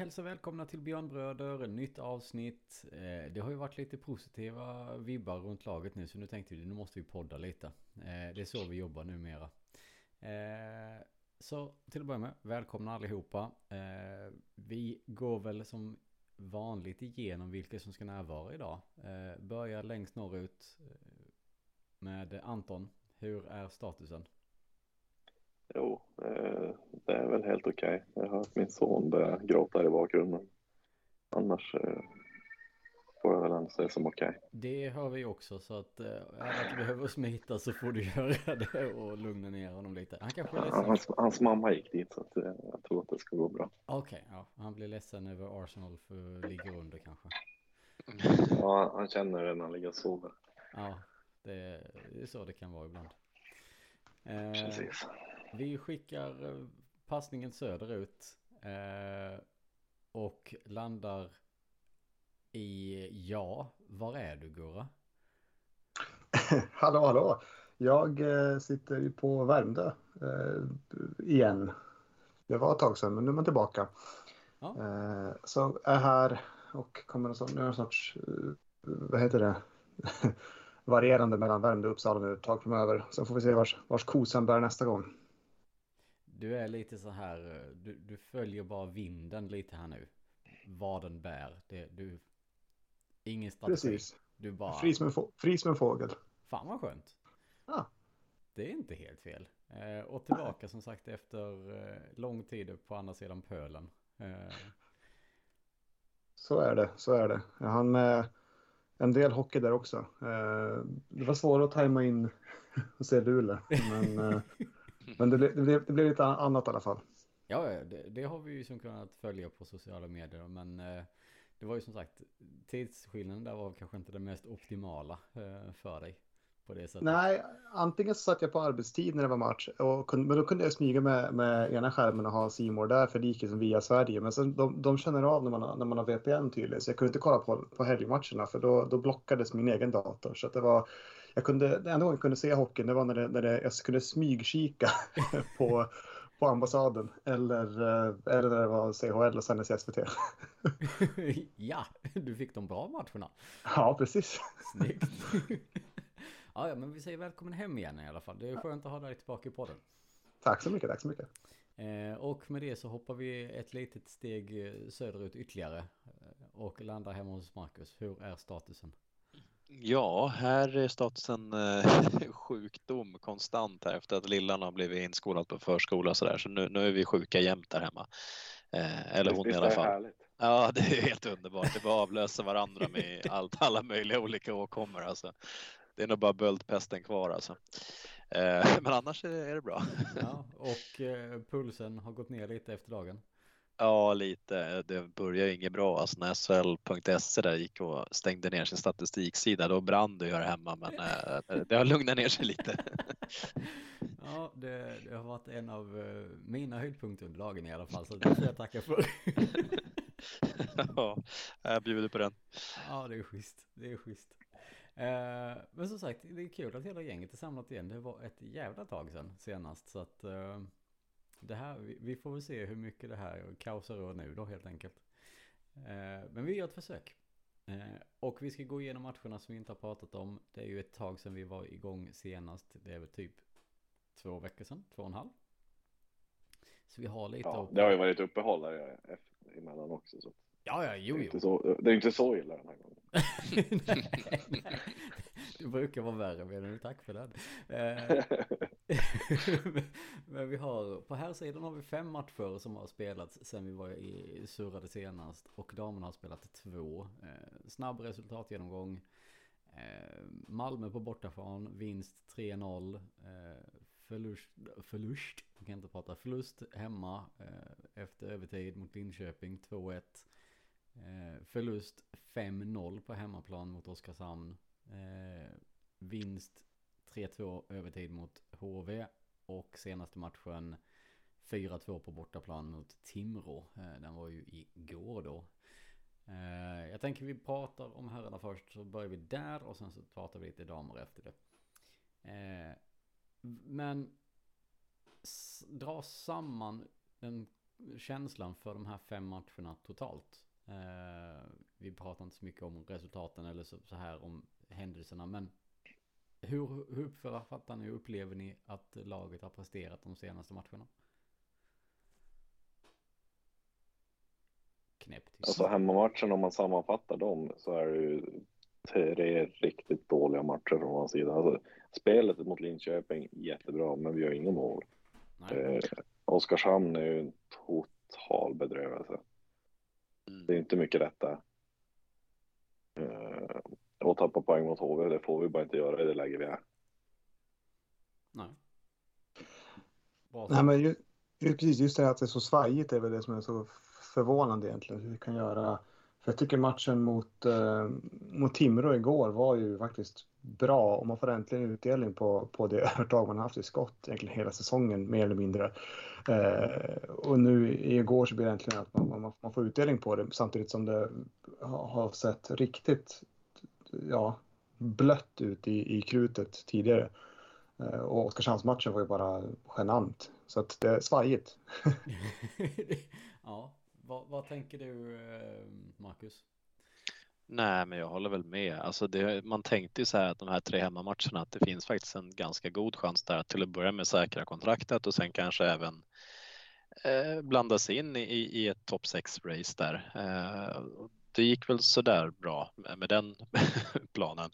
hälsa välkomna till Björnbröder, nytt avsnitt. Det har ju varit lite positiva vibbar runt laget nu, så nu tänkte vi nu måste vi podda lite. Det är så vi jobbar numera. Så till att börja med, välkomna allihopa. Vi går väl som vanligt igenom vilka som ska närvara idag. Börjar längst norrut med Anton. Hur är statusen? Jo, det är väl helt okej. Jag har hört min son börja gråta i bakgrunden. Annars får jag väl ändå säga som okej. Det hör vi också, så att att du behöver smita så får du göra det och lugna ner honom lite. Han kanske är ledsen. Hans mamma gick dit, så att, jag tror att det ska gå bra. Okej, ja. Han blir ledsen över Arsenal för ligger under kanske. Ja, han känner det när han ligger och sover. Ja, det är så det kan vara ibland. Precis. Vi skickar passningen söderut och landar i, var är du, Gurra? Hallå. Jag sitter ju på Värmdö igen. Det var ett tag sedan, men nu är man tillbaka. Ja. Så är här och kommer en sorts, vad heter det, varierande mellan Värmdö och Uppsala nu ett tag framöver. Sen får vi se vars kosen bär nästa gång. Du är lite så här, du följer bara vinden lite här nu. Vad den bär. Ingen strategi. Precis. Du bara... Fris med en fågel. Fan vad skönt. Ja. Det är inte helt fel. Och tillbaka som sagt efter lång tid på andra sidan pölen. Så är det. Jag hann med en del hockey där också. Det var svårt att tajma in och se Luleå. Men det blev lite annat i alla fall. Ja, det har vi ju som kunnat följa på sociala medier. Men det var ju som sagt, tidsskillnaden där var kanske inte det mest optimala för dig på det sättet. Nej, antingen så satt jag på arbetstid när det var match. Men då kunde jag smyga med ena skärmen och ha C More där för det gick som via Sverige. Men sen, de känner av när man har VPN tydligen. Så jag kunde inte kolla på helgmatcherna för då blockades min egen dator. Så att det var... det enda gången jag kunde se hockeyn, det var när jag kunde smygkika på ambassaden. Eller när det var CHL och sen i SVT. Ja, du fick de bra matcherna. Ja, precis. Snyggt. Ja, men vi säger välkommen hem igen i alla fall. Det är skönt att ha dig tillbaka i podden. Tack så mycket. Och med det så hoppar vi ett litet steg söderut ytterligare och landar hemma hos Marcus. Hur är statusen? Ja, här är statusen sjukdom konstant här efter att lillan har blivit inskolad på förskola och sådär. Så nu är vi sjuka jämt där hemma. Eller hon i alla fall. Härligt. Ja, det är helt underbart. Det var avlösa varandra med alla möjliga olika åkommor. Alltså. Det är nog bara böldpesten kvar alltså. Men annars är det bra. Ja, och pulsen har gått ner lite efter dagen. Ja, lite. Det börjar ju inget bra. Alltså när SHL.se där gick och stängde ner sin statistiksida, då brann det ju här hemma. Men det har lugnat ner sig lite. Ja, det har varit en av mina höjdpunkter under dagen i alla fall. Så det får jag tacka för. Ja, jag bjuder på den. Ja, det är schysst. Men som sagt, det är kul att hela gänget är samlat igen. Det var ett jävla tag sedan senast. Så att det här, vi får väl se hur mycket det här kaosar rör nu då helt enkelt. Men vi gör ett försök. Och vi ska gå igenom matcherna som vi inte har pratat om. Det är ju ett tag sedan vi var igång senast. Det är väl typ 2 veckor sedan, 2,5. Så vi har lite... Ja, det har ju varit uppehåll där emellan också. Så. Ja, jo. Det är inte så illa den här gången. nej. Det brukar vara värre, men tack för det. Men vi har, på här sidan har vi 5 matcher som har spelats sen vi var i surrade senast. Och damerna har spelat 2. Snabb resultatgenomgång. Malmö på bortafran, vinst 3-0. Förlust, jag kan inte prata. Förlust hemma efter övertid mot Linköping 2-1. Förlust 5-0 på hemmaplan mot Oskarshamn. Vinst 3-2 övertid mot HV. Och senaste matchen 4-2 på bortaplan mot Timrå. Den var ju igår då. Jag tänker vi pratar om herrarna först, så börjar vi där och sen så pratar vi lite damer efter det. Men dra samman den känslan för de här 5 matcherna totalt? Vi pratar inte så mycket om resultaten eller så här om händelserna, men hur uppfattar ni och upplever ni att laget har presterat de senaste matcherna? Knäppt. Alltså hemmamatchen, om man sammanfattar dem, så är det ju 3 riktigt dåliga matcher från vår sida. Alltså, spelet mot Linköping jättebra, men vi har inga mål. Oskarshamn är ju en total bedrövelse. Det är inte mycket rätt där. Och tappa poäng mot HV, det får vi bara inte göra i det läge vi är. Nej. Nej, men just det att det är så svajigt är väl det som är så förvånande egentligen. Hur vi kan göra. För jag tycker matchen mot Timrå igår var ju faktiskt bra, och man får äntligen utdelning på det övertag man har haft i skott egentligen hela säsongen mer eller mindre. Och nu igår så blir det äntligen att man får utdelning på det, samtidigt som det har sett riktigt blött ut i krutet tidigare. Och Oskarshamnsmatchen var ju bara genant. Så att det är svajigt. Ja, vad tänker du, Marcus? Nej, men jag håller väl med. Alltså man tänkte ju så här att de här 3 hemmamatcherna, att det finns faktiskt en ganska god chans där att till att börja med säkra kontraktet och sen kanske även blandas in i ett topp 6-race där. Det gick väl så där bra med den planen.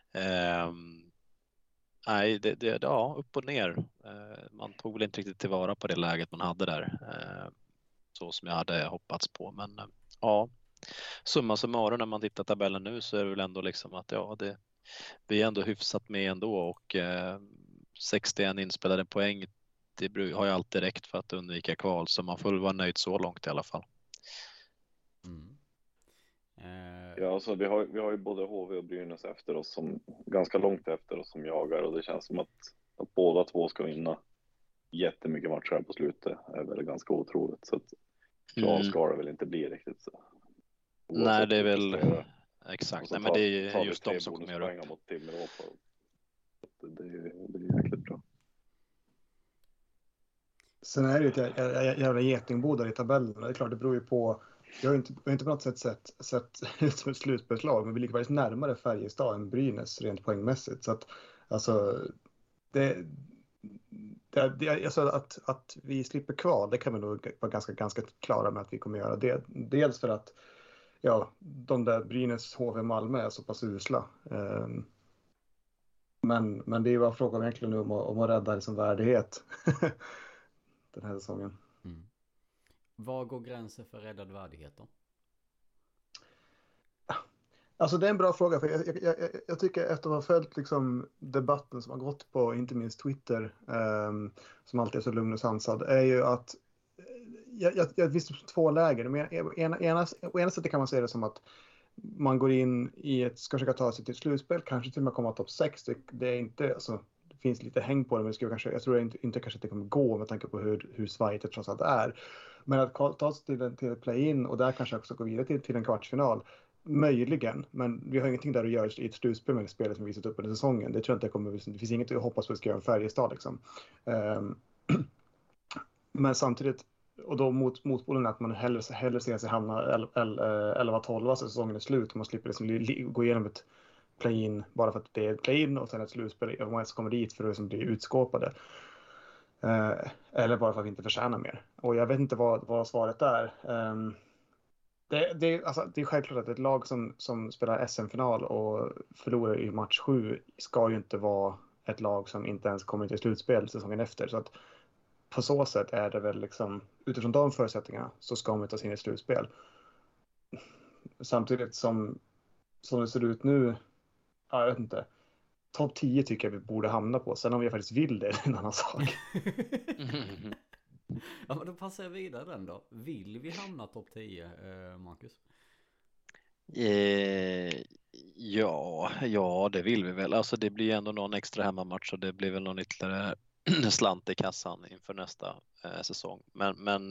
Nej, upp och ner. Man tog väl inte riktigt tillvara på det läget man hade där. Så som jag hade hoppats på. Men ja, summa summarum när man tittar tabellen nu så är det väl ändå liksom att vi är ändå hyfsat med ändå, och 61 inspelade poäng, det har ju alltid räckt för att undvika kval, så man får väl vara nöjd så långt i alla fall. Ja, alltså vi har ju både HV och Brynäs efter oss, som ganska långt efter oss, som jagar, och det känns som att båda två ska vinna jättemycket matcher här på slutet. Det är väl ganska otroligt, så att klar ska det väl inte bli riktigt så. Nej, det är väl exakt. Nej, men det är just de som kommer göra upp. Mot Timrå på. Det är jäkligt bra. Sen är det ju ett jävla getingbo där i tabellen. Det är klart, det beror ju på. Jag har inte på något sätt sett ut som ett slutspelslag, men vi ligger faktiskt närmare Färjestad än Brynäs rent poängmässigt. Så att alltså alltså att vi slipper kval, det kan vi nog vara ganska klara med att vi kommer göra det. Dels för att de där Brynäs, HV, Malmö är så pass usla. Men det är ju bara frågan egentligen nu om att rädda liksom värdighet den här säsongen. Var går gränsen för räddad värdighet då? Alltså det är en bra fråga, för jag tycker efter att ha följt liksom debatten som har gått på inte minst Twitter, som alltid är så lugn och sansad, är ju att jag visste 2 läger. Men ena sättet kan man se det som att man går in ska försöka ta sig till slutspel, kanske till och med komma topp 6. Det är inte, alltså, det finns lite häng på det, men jag tror inte kanske att det kommer gå med tanke på hur svajigt det trots allt är. Men att ta sig till play-in och där kanske också gå vidare till en kvartsfinal, möjligen, men vi har ingenting där att göra i ett slutspel med det spelet som vi visat upp under säsongen. Det tror jag inte kommer. Det finns inget att hoppas på att ska göra en Färjestad liksom. Men samtidigt, och då motpolen att man hellre ser sig hamna 11-12 så säsongen är slut och man slipper liksom gå igenom ett play-in bara för att det är ett play-in och sen ett slutspel och man kommer dit för att liksom bli utskåpade. Eller bara för att vi inte förtjänar mer. Och jag vet inte vad svaret är. Det är självklart att ett lag som spelar SM-final och förlorar i match 7 ska ju inte vara ett lag som inte ens kommer till slutspel säsongen efter. Så att på så sätt är det väl liksom, utifrån de förutsättningarna så ska man ta sig in i slutspel. Samtidigt som det ser ut nu, jag vet inte. Topp 10 tycker jag vi borde hamna på. Sen om vi faktiskt vill det är en annan sak. Ja, men då passar jag vidare den då. Vill vi hamna topp 10, Marcus? Ja, det vill vi väl. Alltså det blir ändå någon extra hemmamatch och det blir väl någon ytterligare slant i kassan inför nästa säsong. Men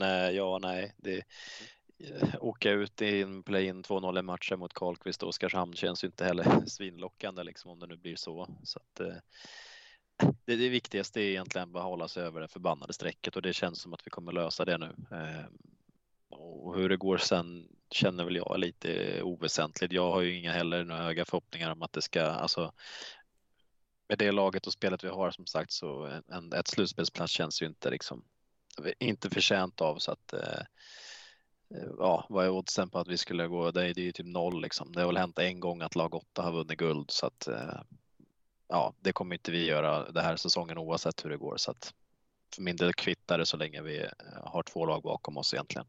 åka ut i en play-in 2-0 matcher mot Karlqvist och Oskarshamn känns ju inte heller svinlockande liksom, om det nu blir så. Så att Det viktigaste är egentligen bara hålla sig över det förbannade strecket och det känns som att vi kommer lösa det nu. Och hur det går sen känner väl jag lite oväsentligt. Jag har ju inga heller några höga förhoppningar om att det ska, alltså med det laget och spelet vi har som sagt så ett slutspelsplats känns ju inte liksom inte förtjänt av så att ja, vad är oddsen på att vi skulle gå, det är ju typ 0 liksom. Det har väl hänt en gång att lag 8 har vunnit guld så att ja, det kommer inte vi göra den här säsongen oavsett hur det går så att för min del kvittar det så länge vi har 2 lag bakom oss egentligen.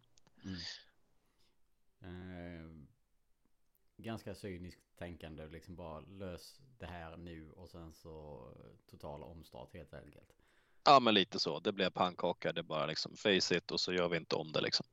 Ganska cyniskt tänkande, liksom bara lös det här nu och sen så total omstart helt enkelt. Ja, men lite så. Det blev pannkaka, det är bara liksom face it och så gör vi inte om det liksom.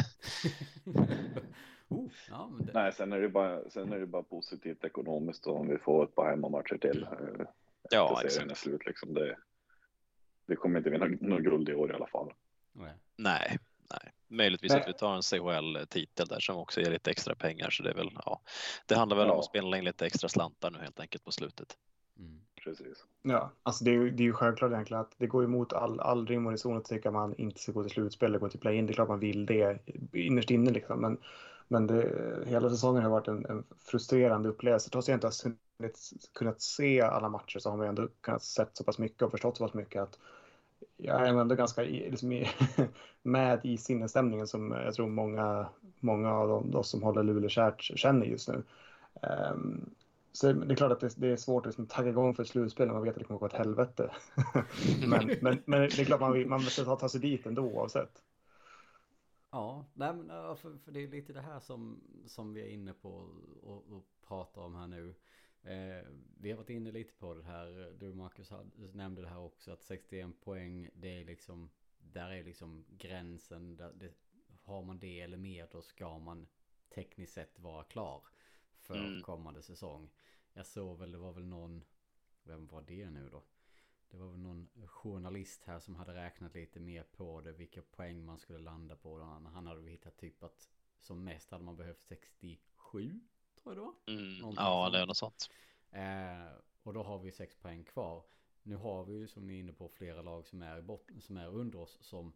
Ja, men det... Nej, sen är det bara positivt ekonomiskt då, om vi får ett par hemmamatcher till. Ja, serien är slut liksom. Vi kommer inte vinna någon guld i år i alla fall. Nej. Möjligtvis att vi tar en CHL-titel där som också ger lite extra pengar så det är väl, ja. Det handlar väl om att spela in lite extra slantar nu helt enkelt på slutet. Precis. Ja, alltså det är ju självklart egentligen att det går emot all rim och reson att tycka att man inte ska gå till slutspel eller gå till play-in. Det är klart man vill det innerst inne liksom. Men hela säsongen har varit en frustrerande upplevelse. Trots att jag inte har kunnat se alla matcher så har man ändå kunnat sett så pass mycket och förstått så pass mycket att jag är ändå ganska liksom med i sinnesstämningen som jag tror många av de som håller Luleå kärt känner just nu. Så det är klart att det är svårt att liksom tagga igång för ett slutspel när man vet att det kommer att gå åt helvete. men det är klart man måste ta sig dit ändå oavsett. Ja, nej, men för det är lite det här som vi är inne på och pratar om här nu. Vi har varit inne lite på det här. Du Marcus nämnde det här också att 61 poäng det är liksom, där är liksom gränsen har man det eller mer då ska man tekniskt sett vara klar för kommande säsong. Jag såg väl, det var väl någon, vem var det nu då? Det var väl någon journalist här som hade räknat lite mer på det, vilka poäng man skulle landa på. Han hade hittat typ att som mest hade man behövt 67, tror jag det var. Ja, det är något sånt. Och då har vi 6 poäng kvar. Nu har vi ju som ni är inne på flera lag som är i botten, som är under oss som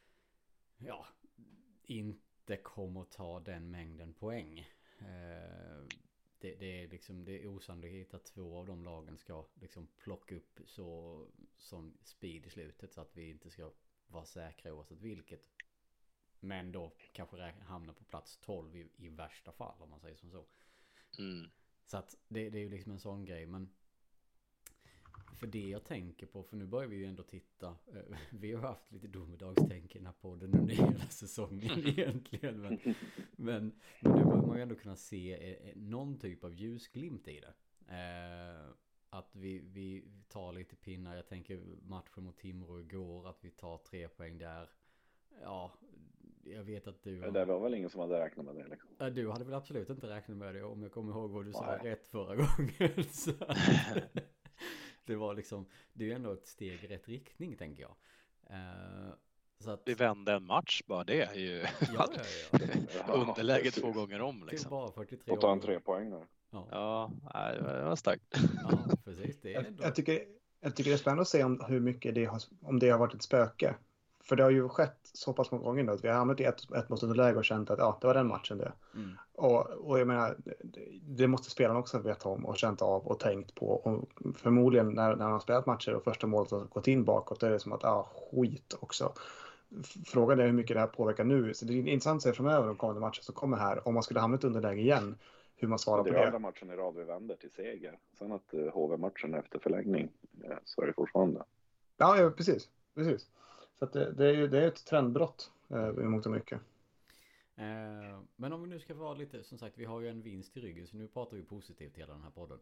inte kommer att ta den mängden poäng. Det är liksom, det är osannolikt att 2 av de lagen ska liksom plocka upp så som speed i slutet så att vi inte ska vara säkra oavsett vilket. Men då kanske hamna på plats 12 i värsta fall om man säger som så. Så att det är ju liksom en sån grej. Men för det jag tänker på, för nu börjar vi ju ändå titta. Vi har haft lite domedagstänk i den här podden under hela säsongen egentligen. Men nu börjar man ju ändå kunna se någon typ av ljusglimt i det. Att vi tar lite pinnar. Jag tänker matchen mot Timrå igår, att vi tar 3 poäng där. Ja, jag vet att du... Det var väl ingen som hade räknat med det liksom. Du hade väl absolut inte räknat med det om jag kommer ihåg vad du sa rätt förra gången. Så. Det var liksom, det är ju ändå ett steg i rätt riktning tänker jag. Så att... Vi vände en match, bara det är ju underläge 2 gånger om liksom. Till bara 43 och ta en 3 poäng där. Ja, det var starkt. Ja, precis. Det är ändå... jag tycker det är spännande att se hur mycket om det har varit ett spöke. För det har ju skett så pass många gånger nu att vi har hamnat i ett motståndarläge och känt att det var den matchen det. Och jag menar, det måste spelarna också veta om och känt av och tänkt på. Och förmodligen när man har spelat matcher och första målet har gått in bakåt, då är det som att skit också. Frågan är hur mycket det här påverkar nu. Så det är intressant att se framöver de kommande matcher som kommer här. Om man skulle hamna i ett underläge igen, hur man svarar på det. Det är andra matchen i rad vi vänder till seger. Sen att HV-matchen efter förlängning så är det fortfarande. Ja, precis. Så att det är ett trendbrott i mångt och mycket. Men om vi nu ska vara lite, som sagt, vi har ju en vinst i ryggen så nu pratar vi positivt hela den här podden.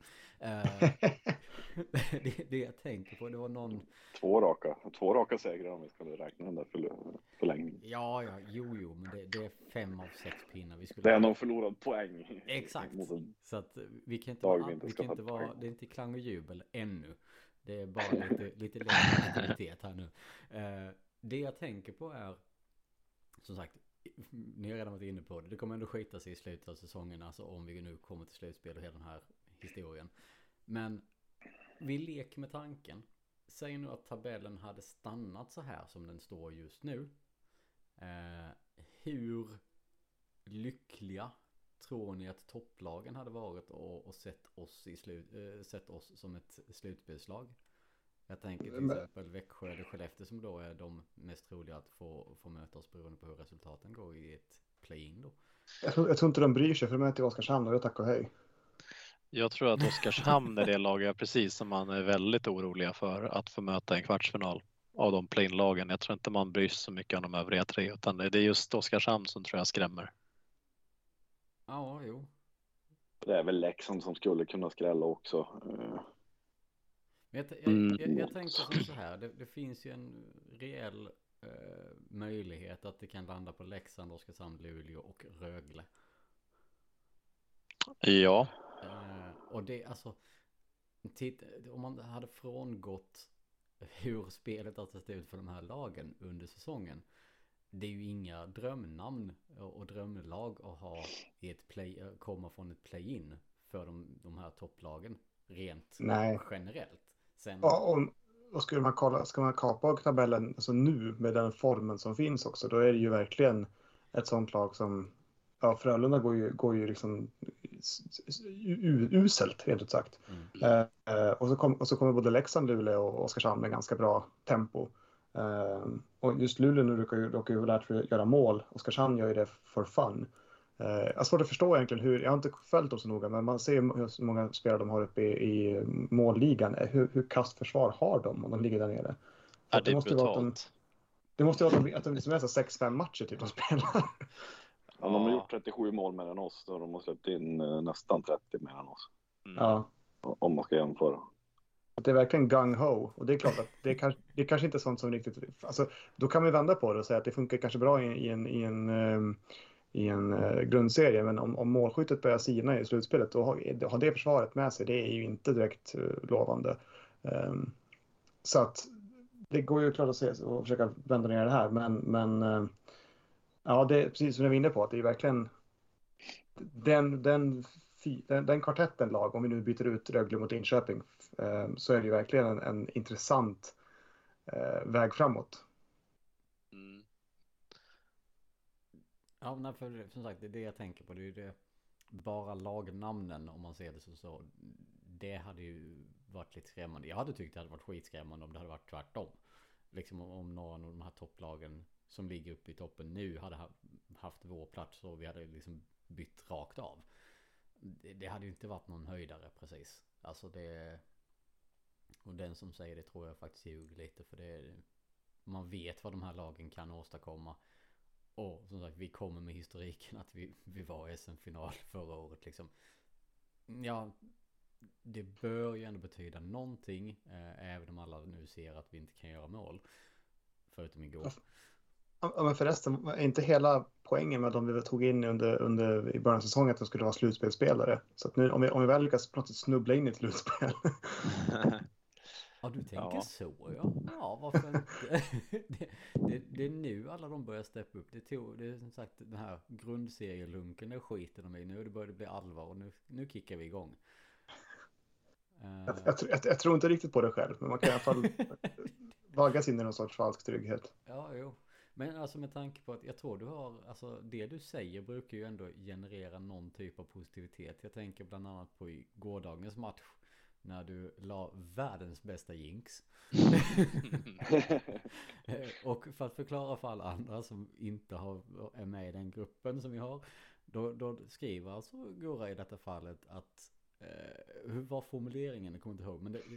Det jag tänker på, det var någon... Två raka segrar om vi skulle räkna den där förlängningen. Ja, jo, men det är 5 av 6 pinnar vi skulle... Det är någon förlorad poäng. Exakt, så att vi kan inte vara, det är inte klang och jubel ännu. Det är bara lite lätt aktivitet här nu. Det jag tänker på är, som sagt, ni har redan varit inne på det. Det kommer ändå skita sig i slutet av säsongen, alltså om vi nu kommer till slutspel och hela den här historien. Men vi leker med tanken. säg nu att tabellen hade stannat så här som den står just nu. Hur lyckliga tror ni att topplagen hade varit och sett oss som ett slutspelslag? Jag tänker till exempel Växjö eller Skellefteå som då är de mest troliga att få möta oss beroende på hur resultaten går i ett play-in då. Jag tror inte de bryr sig, för de möter Oskarshamn och det är tack och hej. Jag tror att Oskarshamn är det laget precis som man är väldigt oroliga för att få möta en kvartsfinal av de play-in-lagen. Jag tror inte man bryr sig så mycket om de övriga 3, utan det är just Oskarshamn som tror jag skrämmer. Ja, jo. Det är väl Leksand som skulle kunna skrälla också. Jag tänker som så här, det finns ju en reell möjlighet att det kan landa på Leksand, Oskarshamn, Luleå och Rögle. Ja. Och det, alltså, om man hade frångått hur spelet har sett ut för de här lagen under säsongen, det är ju inga drömnamn och drömlag att ha i komma från ett play-in för de här topplagen rent generellt. Sen... Och ska man kapa tabellen alltså nu med den formen som finns också, då är det ju verkligen ett sånt lag som Frölunda går ju liksom uselt rent ut sagt. Och så kommer både Leksand, Luleå och Oskarshamn med ganska bra tempo. Och just Luleå nu råkar ju lärt för att göra mål. Oskarshamn gör ju det for fun. Jag har svårt att förstå egentligen jag har inte följt dem så noga, men man ser hur många spelare de har uppe i målligan. Hur kastförsvar har de om de ligger där nere? Ja, det måste vara det måste vara att de liksom är så 6-5 matcher typ de spelar. Ja, de har gjort 37 mål mer än oss, och de har släppt in nästan 30 mer än oss. Ja. Om man ska jämföra. Det är verkligen gung-ho, och det är klart att det kanske inte är sånt som riktigt... Alltså, då kan vi vända på det och säga att det funkar kanske bra i en grundserie, men om målskyttet börjar sina i slutspelet, då har det försvaret med sig. Det är ju inte direkt lovande. Så att det går ju klart att se och försöka vända ner det här, men ja, det är precis som jag var inne på, att det är verkligen den kvartetten lag, om vi nu byter ut Rögle mot Linköping, så är det ju verkligen en intressant väg framåt. Ja, för som sagt, det är det jag tänker på. Det är ju det, bara lagnamnen, om man ser det så. Det hade ju varit lite skrämmande. Jag hade tyckt det hade varit skitskrämmande om det hade varit tvärtom. Liksom om några av de här topplagen som ligger uppe i toppen nu hade haft vår plats och vi hade liksom bytt rakt av. Det hade ju inte varit någon höjdare precis. Alltså det... Och den som säger det tror jag faktiskt ljuger lite, för man vet vad de här lagen kan åstadkomma. Och som sagt, vi kommer med historiken att vi var i SM-final förra året liksom. Ja, det bör ju ändå betyda någonting, även om alla nu ser att vi inte kan göra mål. Förutom igår. Ja, men förresten, är inte hela poängen med de vi tog in under i början av säsongen att de skulle vara slutspelspelare? Så att nu, om vi väl lyckas på något sätt snubbla in i ett slutspel. Ja, du tänker så, ja. Ja, varför inte? Det är nu alla de börjar steppa upp. Det är som sagt den här grundserielunken där skiten de är. Nu börjar det bli allvar och nu kickar vi igång. Jag tror inte riktigt på det själv, men man kan i alla fall vagas in i någon sorts falsk trygghet. Ja, jo. Men alltså med tanke på att jag tror du har, alltså det du säger brukar ju ändå generera någon typ av positivitet. Jag tänker bland annat på i gårdagens match när du la världens bästa jinx. Och för att förklara för alla andra som inte är med i den gruppen som vi har, då skriver alltså Gurra i detta fallet att hur var formuleringen? Jag kommer inte ihåg, men det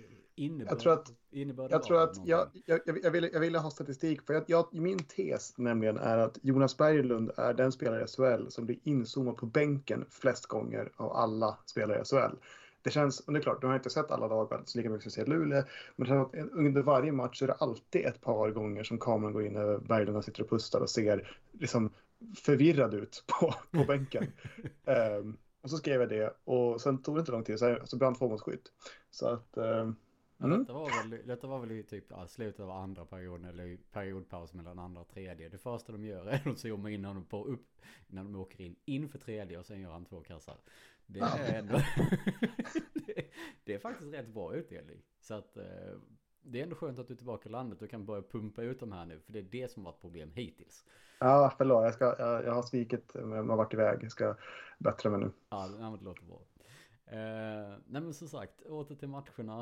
jag ville ha statistik, för min tes nämligen är att Jonas Berglund är den spelare i SHL som blir inzoomad på bänken flest gånger av alla spelare i SHL. Det känns, och det är klart, du har inte sett alla dagar så lika mycket som ser Luleå, men under varje match så är det alltid ett par gånger som kameran går in över Berglund och sitter och pustar och ser liksom förvirrad ut på bänken. Och så skrev jag det, och sen tog det inte lång tid så brann 2 mot skytt. Så att... Detta var väl i typ slutet av andra perioden, eller periodpaus mellan andra och tredje. Det första de gör är att zooma in honom när de åker in för tredje, och sen gör han 2 kassar. Det är faktiskt rätt bra utdelning. Så att Det är ändå skönt att du är tillbaka i landet och kan börja pumpa ut de här nu. För det är det som var ett problem hittills. Ja, förlåt. Jag har svikit. Jag har varit iväg. Jag ska bättra mig nu. Ja, det låter bra. Nej men som sagt, åter till matcherna.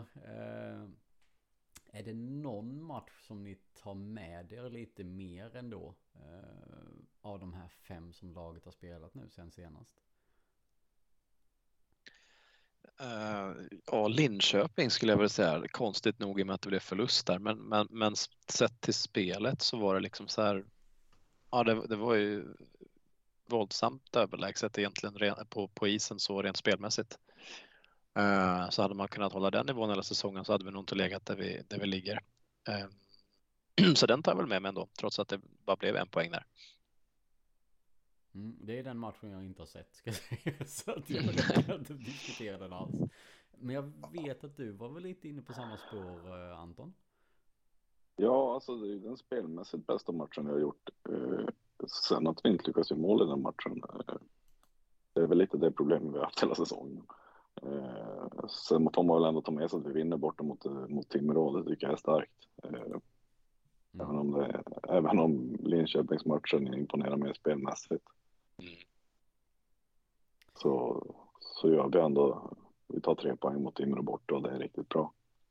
Är det någon match som ni tar med er lite mer ändå? Av de här 5 som laget har spelat nu sen senast? Ja, Linköping skulle jag väl säga. Konstigt nog i och med att det blev förlust där. Men sett till spelet så var det liksom så här. Ja, det var ju våldsamt överlägset egentligen på isen så rent spelmässigt. Så hade man kunnat hålla den nivån hela säsongen så hade vi nog inte legat där vi ligger. Så den tar jag väl med mig ändå, trots att det bara blev 1 poäng där. Det är den matchen jag inte har sett, ska jag säga. Så att jag kan inte diskutera den alls. Men jag vet att du var väl lite inne på samma spår, Anton? Ja, alltså det är den spelmässigt bästa matchen vi har gjort. Sen att vi inte lyckas göra mål i den matchen. Det är väl lite det problemet vi har haft hela säsongen. Sen får man väl ändå ta med sig att vi vinner borta mot Timrå. Det tycker jag är starkt. Även om Linköpingsmatchen imponerar mer spelmässigt. Så gör vi ändå. Vi tar 3 poäng mot Timrå borta och det är riktigt bra.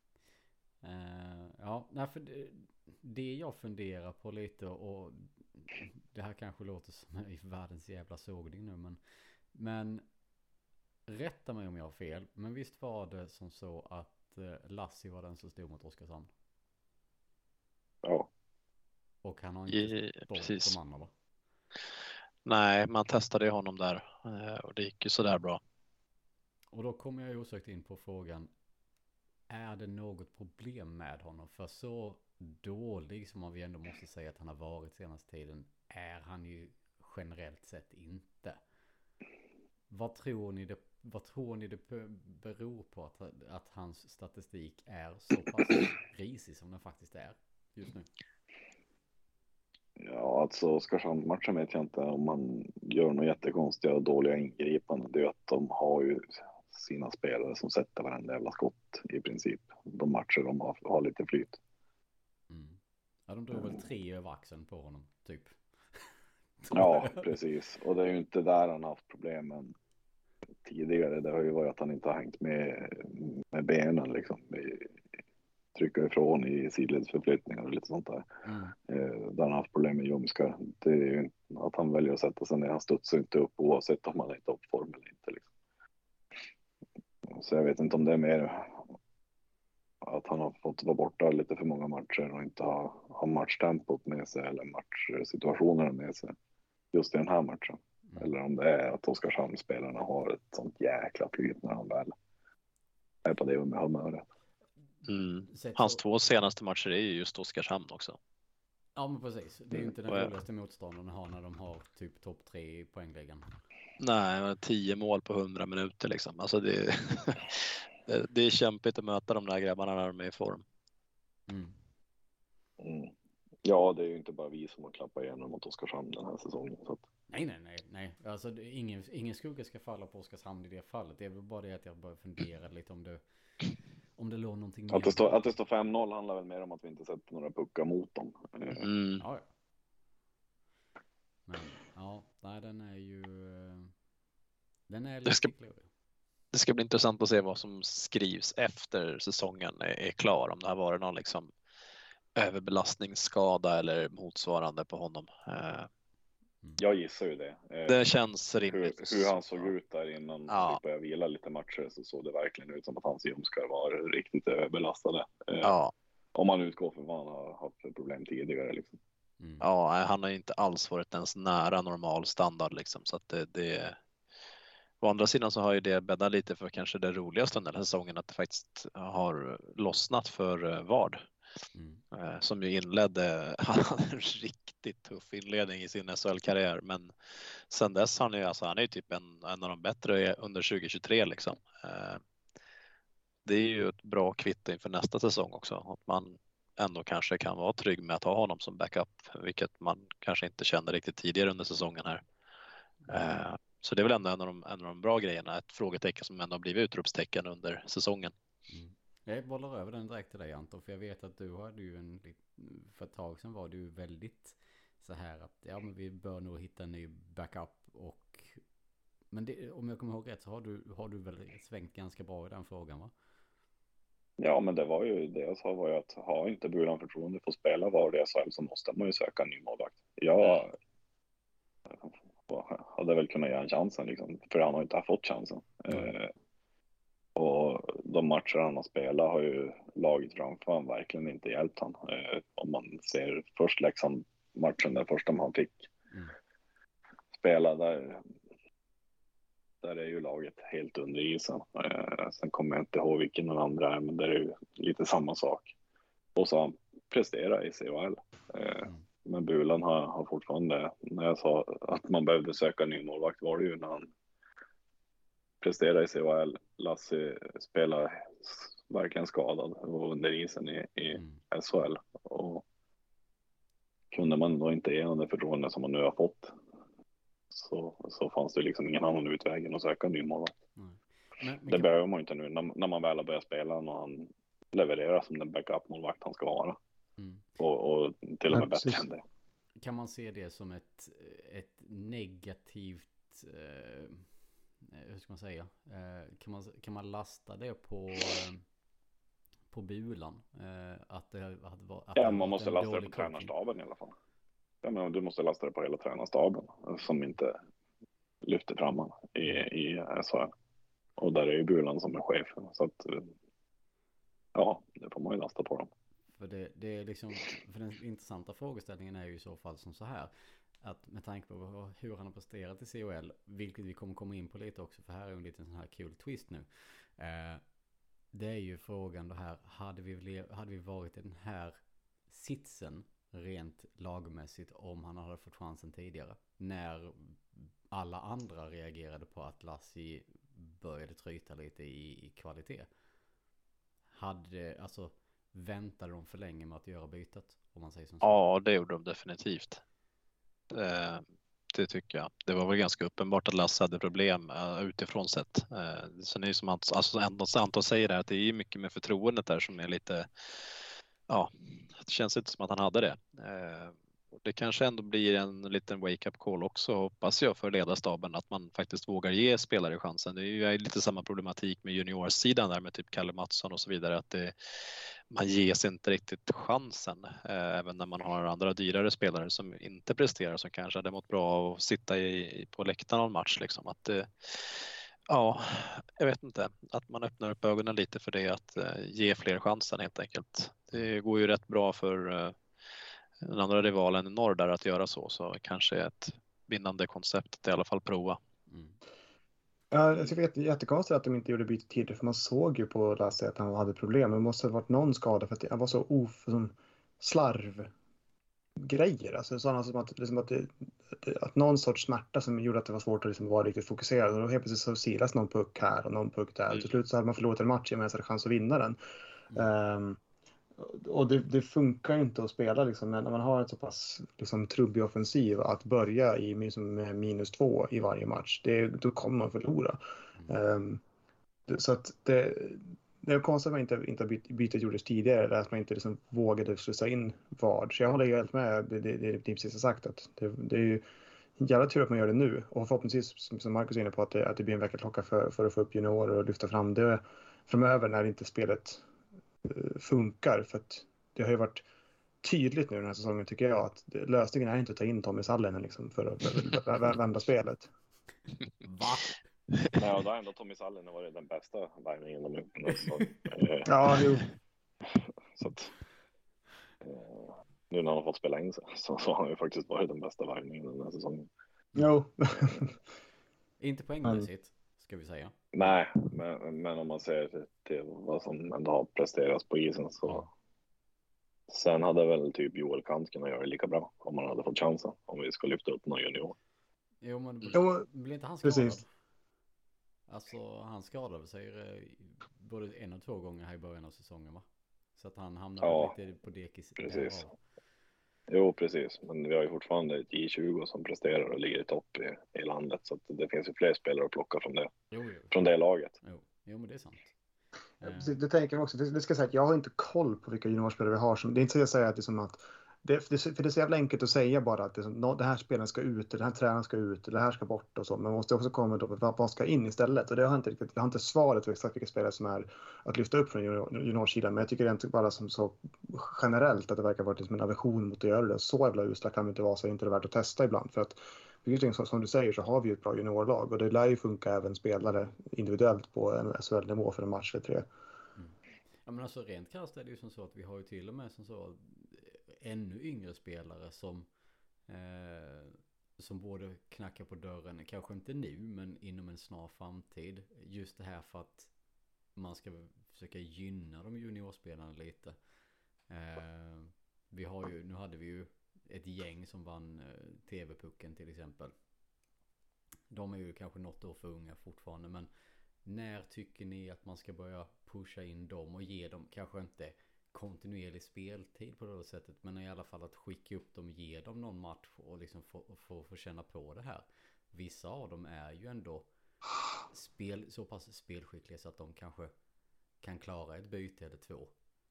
Ja, nej, för det jag funderar på lite, och det här kanske låter som i världens jävla sågning nu, men rätta mig om jag har fel, men visst var det som så att Lassi var den som stod mot Oskarshamn? Ja. Och han har inte stått de andra, va? Nej, man testade ju honom där och det gick ju sådär bra. Och då kommer jag ju osökt in på frågan, är det något problem med honom? För så dålig som man vi ändå måste säga att han har varit senaste tiden är han ju generellt sett inte. Vad tror ni det beror på att hans statistik är så pass risig som den faktiskt är just nu? Ja, alltså Oskarshamn-matchen vet jag inte om man gör några jättekonstiga och dåliga ingripanden. Det är ju att de har ju sina spelare som sätter varenda jävla skott i princip. De matcher de har lite flyt. Ja, de drog väl 3 över axeln på honom, typ. Ja, precis. Och det är ju inte där han har haft problemen tidigare. Det har ju varit att han inte har hängt med benen liksom. Trycka ifrån i sidledsförflyttningar och lite sånt där. Där han har haft problem med ljumskar. Det är ju att han väljer att sätta sig ner. Han studsar inte upp oavsett om han är i toppform eller inte. Liksom. Så jag vet inte om det är mer att han har fått vara borta lite för många matcher och inte ha matchtempot med sig eller matchsituationerna med sig just i den här matchen. Eller om det är att Oskarshamn-spelarna har ett sånt jäkla flyt när han väl är på det med humöret. Hans 2 senaste matcher är ju just Oskarshamn också. Ja, men precis. Det är ju inte den roligaste motståndaren har när de har typ topp 3 i poängläggan. Nej, 10 mål på 100 minuter liksom. Alltså det är kämpigt att möta de där grabbarna när de är i form. Ja, det är ju inte bara vi som har klappat igenom mot Oskarshamn den här säsongen. Så att... Nej. Alltså ingen skugga ska falla på Oskarshamn i det fallet. Det är väl bara det att jag börjar fundera lite om det låg någonting mer. Att det står 5-0 handlar väl mer om att vi inte sätter några puckar mot dem. Ja. Men ja, nej, den är ju... Den är lite klurig. Det ska bli intressant att se vad som skrivs efter säsongen är klar. Om det har varit någon liksom överbelastningsskada eller motsvarande på honom. Jag gissar ju det. Det känns rimligt. Hur han såg ut där innan vi började vila lite matcher så såg det verkligen ut som att hans ljumskar var riktigt överbelastade. Om man utgår från vad han har haft för problem tidigare. Liksom. Ja, han har inte alls varit ens nära normal standard. Liksom, så att det å andra sidan så har ju det bäddat lite för kanske det roligaste den här säsongen att det faktiskt har lossnat för Vard. Som ju inledde, han hade en riktigt tuff inledning i sin SHL-karriär, men sen dess han är ju typ en av de bättre under 2023 liksom. Det är ju ett bra kvitto inför nästa säsong också, att man ändå kanske kan vara trygg med att ha honom som backup, vilket man kanske inte kände riktigt tidigare under säsongen här. Så det är väl ändå en av de bra grejerna, ett frågetecken som ändå har blivit utropstecken under säsongen. Jag bollar över den direkt till dig, Anton, för jag vet att du hade ju för ett tag sedan var du väldigt så här att ja, men vi bör nog hitta en ny backup, men om jag kommer ihåg rätt så har du väl svängt ganska bra i den frågan, va? Ja, men det var ju det jag sa, var ju att ha inte Bulan förtroende för att spela var det SHL, så måste man ju söka en ny målvakt. Jag hade väl kunnat ge en chansen liksom, för han har inte fått chansen. Och de matcher han har spelat har ju laget framför han verkligen inte hjälpt han. Om man ser först Leksand-matchen, där första man fick spela, där är ju laget helt under isen. Sen kommer jag inte ihåg vilken den andra är, men det är ju lite samma sak. Och så han presterar i CHL. Men Bulan har fortfarande, när jag sa att man behövde söka en ny målvakt, var det ju när han presterade i CHL. Lassie spelar verkligen skadad och under isen i SHL. Och kunde man då inte ge honom det förtroende som man nu har fått, så fanns det liksom ingen annan utväg än att söka en ny målvakt. Det behöver man inte nu när man väl har börjat spela och han levererar som den backup-målvakt han ska vara. Och till och med bättre än det. Kan man se det som ett negativt, hur ska man säga, kan man lasta det på Bulan? Att man måste lasta det på tränarstaben i alla fall. Ja, men du måste lasta det på hela tränarstaben som inte lyfter fram han i SHL. Och där är ju Bulan som är chef. Så att ja, det får man ju lasta på dem. För det är liksom, för den intressanta frågeställningen är ju i så fall som så här, att med tanke på hur han har presterat i CHL, vilket vi kommer komma in på lite också, för här är en liten sån här kul twist nu. Det är ju frågan då här, hade vi varit i den här sitsen rent lagmässigt om han hade fått chansen tidigare, när alla andra reagerade på att Lassie började tryta lite i kvalitet? Väntade de för länge med att göra bytet, om man säger som så? Ja, det gjorde de definitivt. Det tycker jag. Det var väl ganska uppenbart att Lasse hade problem utifrån sett. Sen är det som Anton säger där, att det är mycket med förtroendet där som är lite, ja, det känns inte som att han hade det. Det kanske ändå blir en liten wake-up call också, hoppas jag, för ledarstaben, att man faktiskt vågar ge spelare chansen. Det är ju lite samma problematik med juniorsidan där med typ Kalle Mattsson och så vidare, att man ges inte riktigt chansen, även när man har andra dyrare spelare som inte presterar, som kanske hade mått bra av att sitta på läktaren av en match liksom. Att ja, jag vet inte, att man öppnar upp ögonen lite för det, att ge fler chansen helt enkelt. Det går ju rätt bra för den andra rivalen i norr där att göra så kanske ett vinnande koncept att i alla fall prova. Jag tycker det är jättekonstigt att de inte gjorde byte tidigare, för man såg ju på Lasse att han hade problem. Det måste ha varit någon skada, för att han var så slarvgrejer. Alltså sådana som att någon sorts smärta som gjorde att det var svårt att liksom vara riktigt fokuserad. Och då helt plötsligt så silas någon puck här och någon puck där. Till slut så hade man förlorat en match men så hade chans att vinna den. Och det funkar ju inte att spela liksom, när man har en så pass liksom, trubbig offensiv, att börja med -2 i varje match. Då kommer man förlora. Så att det är konstigt att man inte bytet gjordes tidigare, eller att man inte liksom vågade slussa in Vard. Så jag håller helt med det precis har sagt, att det är ju jävla tur att man gör det nu. Och förhoppningsvis, som Marcus är inne på, att det blir en väckarklocka för att få upp juniorer och lyfta fram det framöver när inte spelet funkar. För att det har ju varit tydligt nu den här säsongen, tycker jag, att lösningen är inte att ta in Tommy Sallinen liksom, för att vända spelet. Va? Ja, då har ändå Tommy Sallinen varit den bästa värvningen de gjort. Ja, jo. Så att nu när han har fått spela in så har han ju faktiskt varit den bästa värvningen den här säsongen. Jo. Inte poängmässigt, ska vi säga. Nej, men om man ser till vad som ändå har presterats på isen, så sen hade väl typ Joel Kant kunnat göra det lika bra om man hade fått chansen, om vi ska lyfta upp någon junior. Jo, men blir inte han skadad? Precis. Alltså han skadade sig både 1 och 2 gånger här i början av säsongen, va? Så att han hamnade lite på dekis. Precis. Jo, precis. Men vi har ju fortfarande ett J20 som presterar och ligger i topp i landet. Så att det finns ju fler spelare att plocka från det, från det laget. Jo, men det är sant. Det tänker jag också. Det ska säga att jag har inte koll på vilka juniorspelare vi har. Det är inte så att jag säger att det är som att för det är så jävla enkelt att säga bara att den här spelaren ska ut, den här tränaren ska ut, det här ska bort och så. Men man måste också komma då vad ska in istället. Och det har jag har inte svaret på exakt vilka spelare som är att lyfta upp från juniorsidan. Men jag tycker det är inte bara som så generellt att det verkar vara en aversion mot att göra det. Så jävla usla kan det inte vara, så är det inte värt att testa ibland. För att som du säger så har vi ju ett bra juniorlag. Och det lär ju funka även spelare individuellt på en SHL-nivå för en match eller 3. Ja, men alltså rent krasst är det ju som så att vi har ju till och med som så ännu yngre spelare som borde knacka på dörren, kanske inte nu men inom en snar framtid, just det här för att man ska försöka gynna de juniorspelarna lite. Nu hade vi ju ett gäng som vann TV-pucken till exempel. De är ju kanske något år för unga fortfarande, men när tycker ni att man ska börja pusha in dem och ge dem, kanske inte kontinuerlig speltid på det sättet, men i alla fall att skicka upp dem, ge dem någon match och liksom få känna på det här. Vissa av dem är ju ändå så pass spelskickliga så att de kanske kan klara ett byte eller 2.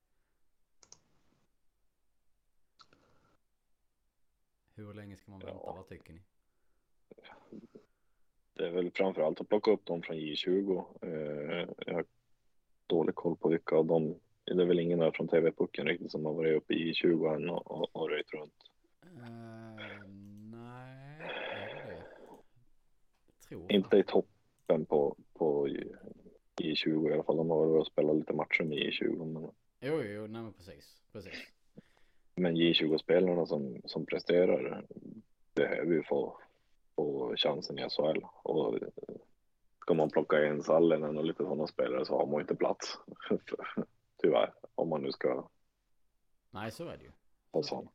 Hur länge ska man vänta? Vad tycker ni? Det är väl framförallt att plocka upp dem från J20. Jag har dålig koll på vilka av dem. Det är väl ingen där från TV-pucken riktigt som har varit uppe i J20 än och röjt runt. Nej, är det? Jag tror inte i toppen på J20 i alla fall. De har varit och spelat lite matcher med J20. Men... Jo, nej men precis. Men J20-spelarna som presterar behöver ju få chansen i SHL. Och ska man plocka in Sallinen och lite sådana spelare så har man inte plats. Tyvärr, om man nu ska... Nej, så är det ju. Och sån.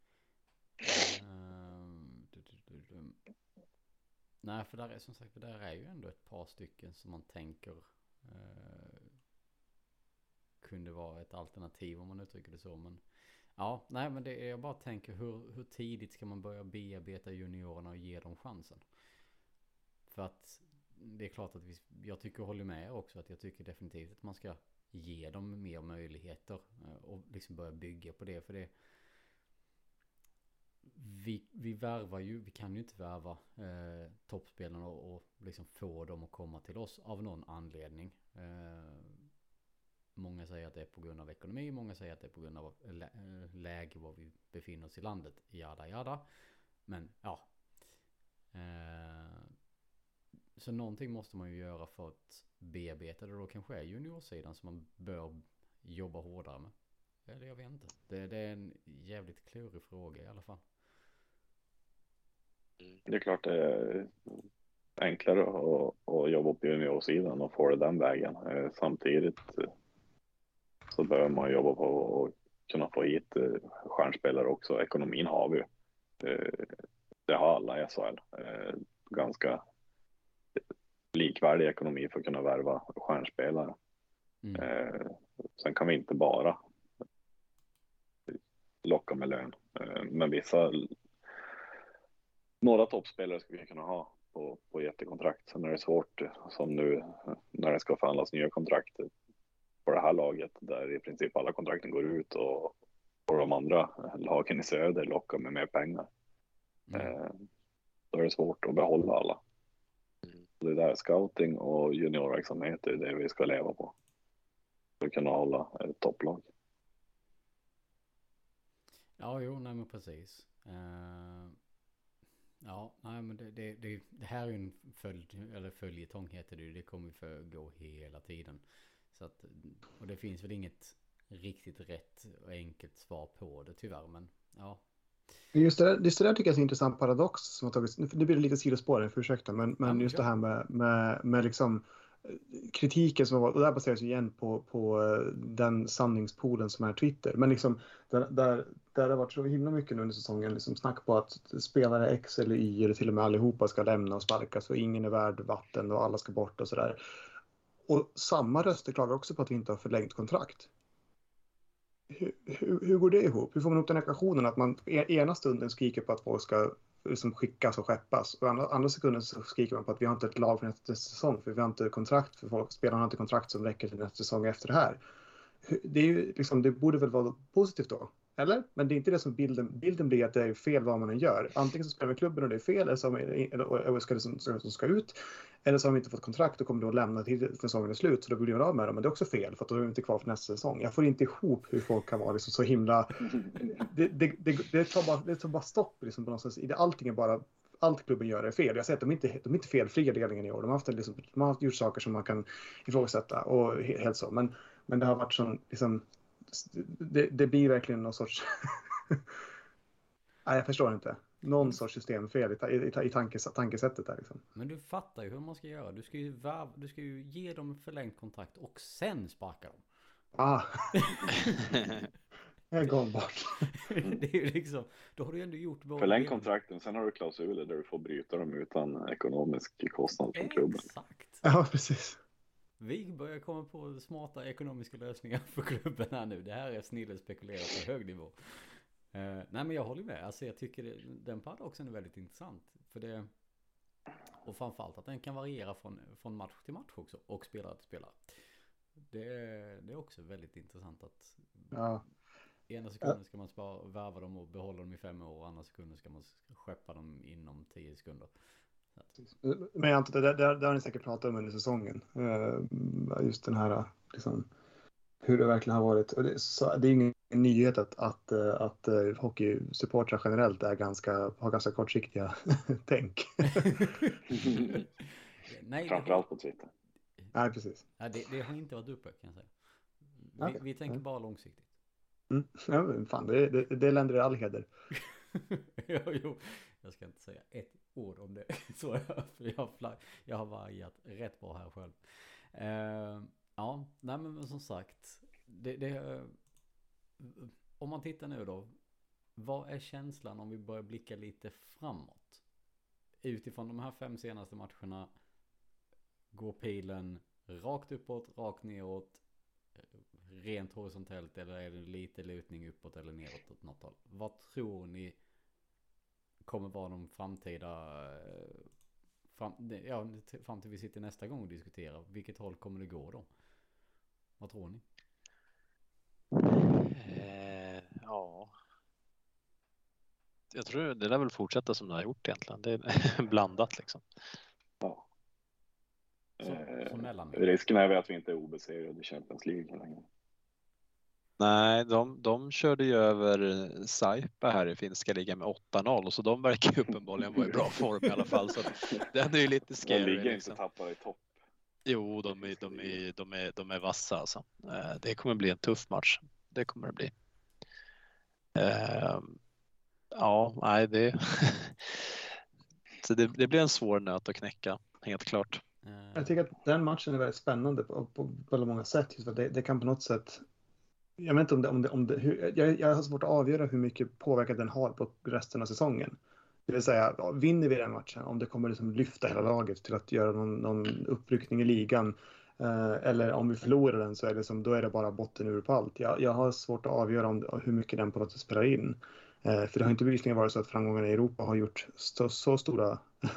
Nej, för där är som sagt, där är ju ändå ett par stycken som man tänker kunde vara ett alternativ om man uttrycker det så. Men ja, nej, men det är, jag bara tänker hur tidigt ska man börja bearbeta juniorerna och ge dem chansen? För att det är klart att jag tycker, håller med också, att jag tycker definitivt att man ska ge dem mer möjligheter och liksom börja bygga på det. För det vi värvar ju, vi kan ju inte värva toppspelarna och liksom få dem att komma till oss av någon anledning. Många säger att det är på grund av ekonomi, många säger att det är på grund av läge var vi befinner oss i landet, jada. Men ja. Så någonting måste man ju göra för att bearbeta det. Då kanske är juniorsidan som man bör jobba hårdare med. Eller jag vet inte. Det är en jävligt klurig fråga i alla fall. Det är klart det är enklare att jobba på juniorsidan och få det den vägen. Samtidigt så behöver man jobba på att kunna få hit stjärnspelare också. Ekonomin har vi ju. Det har alla i SHL. Ganska likvärdig ekonomi för att kunna värva stjärnspelare. Sen kan vi inte bara locka med lön. Men några toppspelare skulle vi kunna ha på jättekontrakt. Sen är det svårt som nu när det ska förhandlas nya kontrakt på det här laget där i princip alla kontrakten går ut och de andra lagen i söder lockar med mer pengar. Då är det svårt att behålla alla. Det där scouting och juniorverksamhet är det vi ska leva på. För att kunna hålla ett topplag. Ja, nej men precis. Ja, nej men det här är ju en följetong heter det ju. Det kommer ju för gå hela tiden. Så att, och det finns väl inget riktigt rätt och enkelt svar på det tyvärr, men ja. Just det där tycker jag är en intressant paradox som har tagits, nu blir det lite sidospår, för ursäkta, men just det här med liksom kritiken som har varit, och där baseras ju igen på den sanningspolen som är Twitter, men liksom där det har varit så himla mycket nu under säsongen liksom snack på att spelare X eller Y eller till och med allihopa ska lämna och sparkas och ingen är värd vatten och alla ska bort och sådär. Och samma röster klagar också på att vi inte har förlängt kontrakt. Hur går det ihop? Hur får man ihop den ekvationen att man ena stunden skriker på att folk ska som skickas och skeppas. Och andra sekunder så skriker man på att vi har inte ett lag för nästa säsong, för vi har inte kontrakt för folk. Spelarna har inte kontrakt som räcker till nästa säsong efter det här. Det är ju liksom, det borde väl vara positivt då, eller? Men det är inte det som bilden blir, att det är fel vad man än gör. Antingen så spelar vi klubben och det är fel, eller så ska det som ska ut, eller så har vi inte fått kontrakt och kommer då att lämna till säsongen är slut, så då blir vi av med dem. Men det är också fel, för att då är vi inte kvar för nästa säsong. Jag får inte ihop hur folk kan vara liksom så himla... Det tar bara stopp liksom på någonstans. Allting är bara... Allt klubben gör är fel. Jag säger att de är inte felfria delningen i år. De har gjort saker som man kan ifrågasätta och helt så. Men det har varit sån liksom, det blir verkligen någon sorts nej, jag förstår inte. Någon sorts systemfel i tankesättet där liksom. Men du fattar ju hur man ska göra. Du ska ju ge dem förlängt kontrakt och sen sparka dem. Jag går bort. Det är ju liksom, då har du ändå gjort förläng kontrakten, sen har du klausuler där du får bryta dem utan ekonomisk kostnad från klubben. Exakt. Ja, precis. Vi börjar komma på smarta ekonomiska lösningar för klubben här nu. Det här är snillet spekulerat på hög nivå. Nej, men jag håller med. Alltså jag tycker den paradoxen är väldigt intressant. För det, och framförallt att den kan variera från match till match också. Och spelare till spelare. Det är också väldigt intressant att... Ja. Ena sekunden ska man värva dem och behålla dem i 5 år. Och andra sekunden ska man skeppa dem inom 10 sekunder. Men jag antar att det har ni säkert pratat om under säsongen. Just den här liksom, hur det verkligen har varit. Och det är ingen nyhet att hockeysupportrar generellt har ganska kortsiktiga tänk. Nej, framförallt på Twitter. Nej, precis. Det har inte varit uppe, kan jag säga. Vi tänker bara långsiktigt. Ja, fan, det länder i all heder. Jo, jag ska inte säga ett ord om det. Så jag har vargat rätt bra här själv. Ja, nej men som sagt, om man tittar nu då, vad är känslan om vi börjar blicka lite framåt? Utifrån de här 5 senaste matcherna, går pilen rakt uppåt, rakt neråt, rent horisontellt, eller är det lite lutning uppåt eller neråt åt något håll? Vad tror ni kommer vara de framtida fram till vi sitter nästa gång och diskuterar? Vilket håll kommer det gå då? Vad tror ni? Ja, jag tror det lär väl fortsätta som det har gjort egentligen. Det är blandat liksom. Ja. Som risken är väl att vi inte är obesegrade i Champions League längre. Nej, de körde ju över Saipa här i finska ligan med 8-0, så de verkar ju uppenbarligen vara i bra form i alla fall, så den är ju lite scary. De ligger liksom. Inte tappade i topp. Jo, de är vassa alltså. Det kommer bli en tuff match. Det kommer det bli. Ja, nej det så det blir en svår nöt att knäcka, helt klart. Jag tycker att den matchen är väldigt spännande på väldigt många sätt, just för det kan på något sätt, jag vet inte om det jag har svårt att avgöra hur mycket påverkan den har på resten av säsongen. Det vill säga, vinner vi den matchen, om det kommer liksom lyfta hela laget till att göra någon uppryckning i ligan, eller om vi förlorar den så är det då är det bara botten ur på allt. Jag har svårt att avgöra hur mycket den på något sätt spelar in. För det har inte bevisligen varit så att framgångarna i Europa har gjort så stora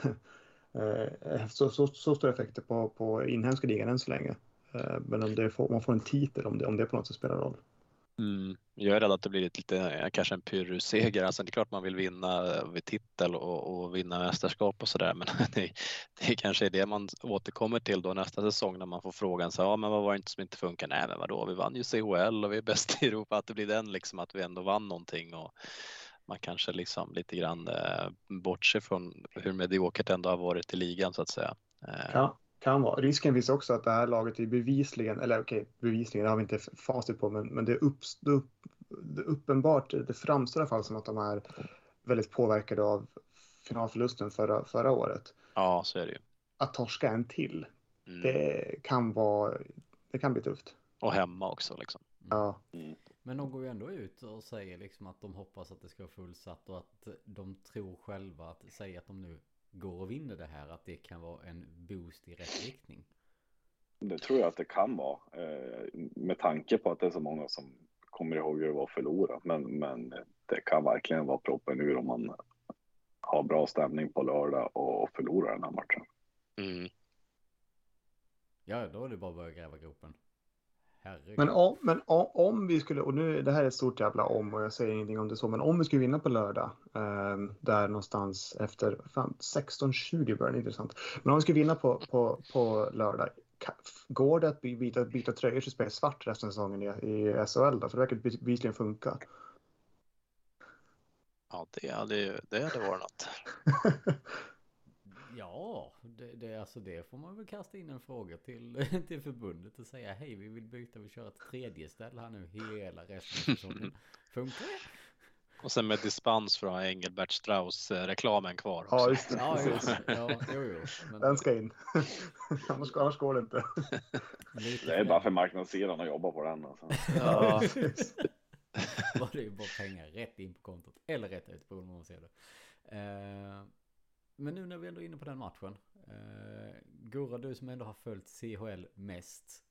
så stora effekter på inhemska ligan än så länge. Men om man får en titel, om det på något sätt spelar roll. Jag är rädd att det blir lite kanske en pyrrusseger. Alltså det är klart man vill vinna vid titel och vinna mästerskap och sådär, men det kanske är det man återkommer till då nästa säsong när man får frågan så ja, men vad var det inte som inte funkar? Nej, men vadå, vi vann ju CHL och vi är bäst i Europa, att det blir den liksom, att vi ändå vann någonting, och man kanske liksom lite grann bortser från hur mediokert ändå har varit i ligan så att säga. Kan vara. Risken finns också att det här laget är bevisligen, eller bevisligen har vi inte facit på, men det är uppenbart, det framstår i alla fall som att de är väldigt påverkade av finalförlusten förra året. Ja, så är det ju. Att torska en till, det kan bli tufft. Och hemma också liksom. Ja. Men de går ju ändå ut och säger liksom att de hoppas att det ska vara fullsatt, och att de tror själva att säga att de nu går och vinner det här, att det kan vara en boost i rätt riktning. Det tror jag att det kan vara, med tanke på att det är så många som kommer ihåg hur det var att förlora, men det kan verkligen vara proppen ur om ha bra stämning på lördag och förlora den här matchen. Mm. Ja, då är det bara att börja gräva gropen. Herregud. Men om vi skulle, och nu det här är ett stort jävla om och jag säger ingenting om det så, men om vi skulle vinna på lördag, där någonstans efter 16-20 börjar det intressant. Men om vi skulle vinna på lördag, går det att byta tröjor till spela svart resten av säsongen i SHL då? För det verkar bevisligen funka. Ja, det hade varit något. Ja, alltså det får man väl kasta in en fråga till förbundet och säga hej, vi vill byta, vi kör ett tredje ställe här nu hela resten av säsongen. Funkar det? Och sen med dispens från Engelbert Strauss-reklamen kvar också. Ja, just det. Ja, just det. Ja, jo. Men den ska in. annars går det inte. Det är bara för marknadssidan att jobba på den. Alltså. Ja. Var det ju bara pengar rätt in på kontot. Eller rätt ut på hur man ser det. Men nu när vi ändå är inne på den matchen. Gurra, du som ändå har följt CHL mest.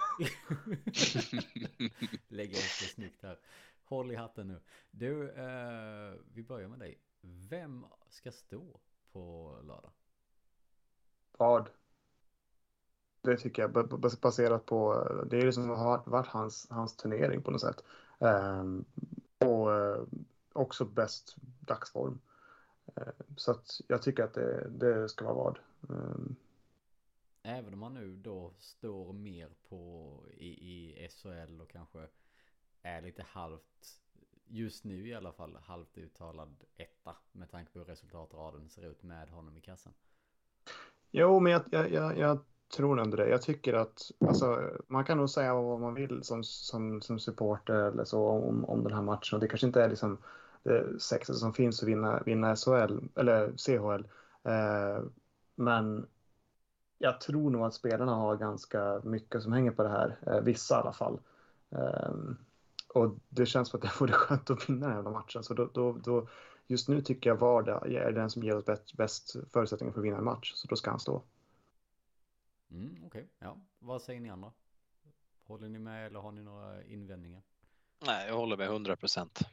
Lägger upp det snyggt här. Håll i hatten nu. Du, vi börjar med dig. Vem ska stå på lördag? Vad? Det tycker jag, baserat på, det är det som har varit hans turnering på något sätt. Och också bäst dagsform. Så att jag tycker att det ska vara vad. Även om man nu då står mer på i SHL och kanske är lite halvt, just nu i alla fall, halvt uttalad etta med tanke på hur resultatraden ser ut med honom i kassan. Jo, men jag tror ändå det. Jag tycker att alltså, man kan nog säga vad man vill som supporter eller så om den här matchen. Och det kanske inte är liksom det sexiga som finns att vinna SHL eller CHL. Men jag tror nog att spelarna har ganska mycket som hänger på det här. Vissa i alla fall. Och det känns som att det vore skönt att vinna den här matchen. Så då just nu tycker jag Varda är den som ger oss bäst förutsättningar för att vinna en match. Så då ska han stå. Okej. Ja. Vad säger ni andra? Håller ni med eller har ni några invändningar? Nej, jag håller med 100%.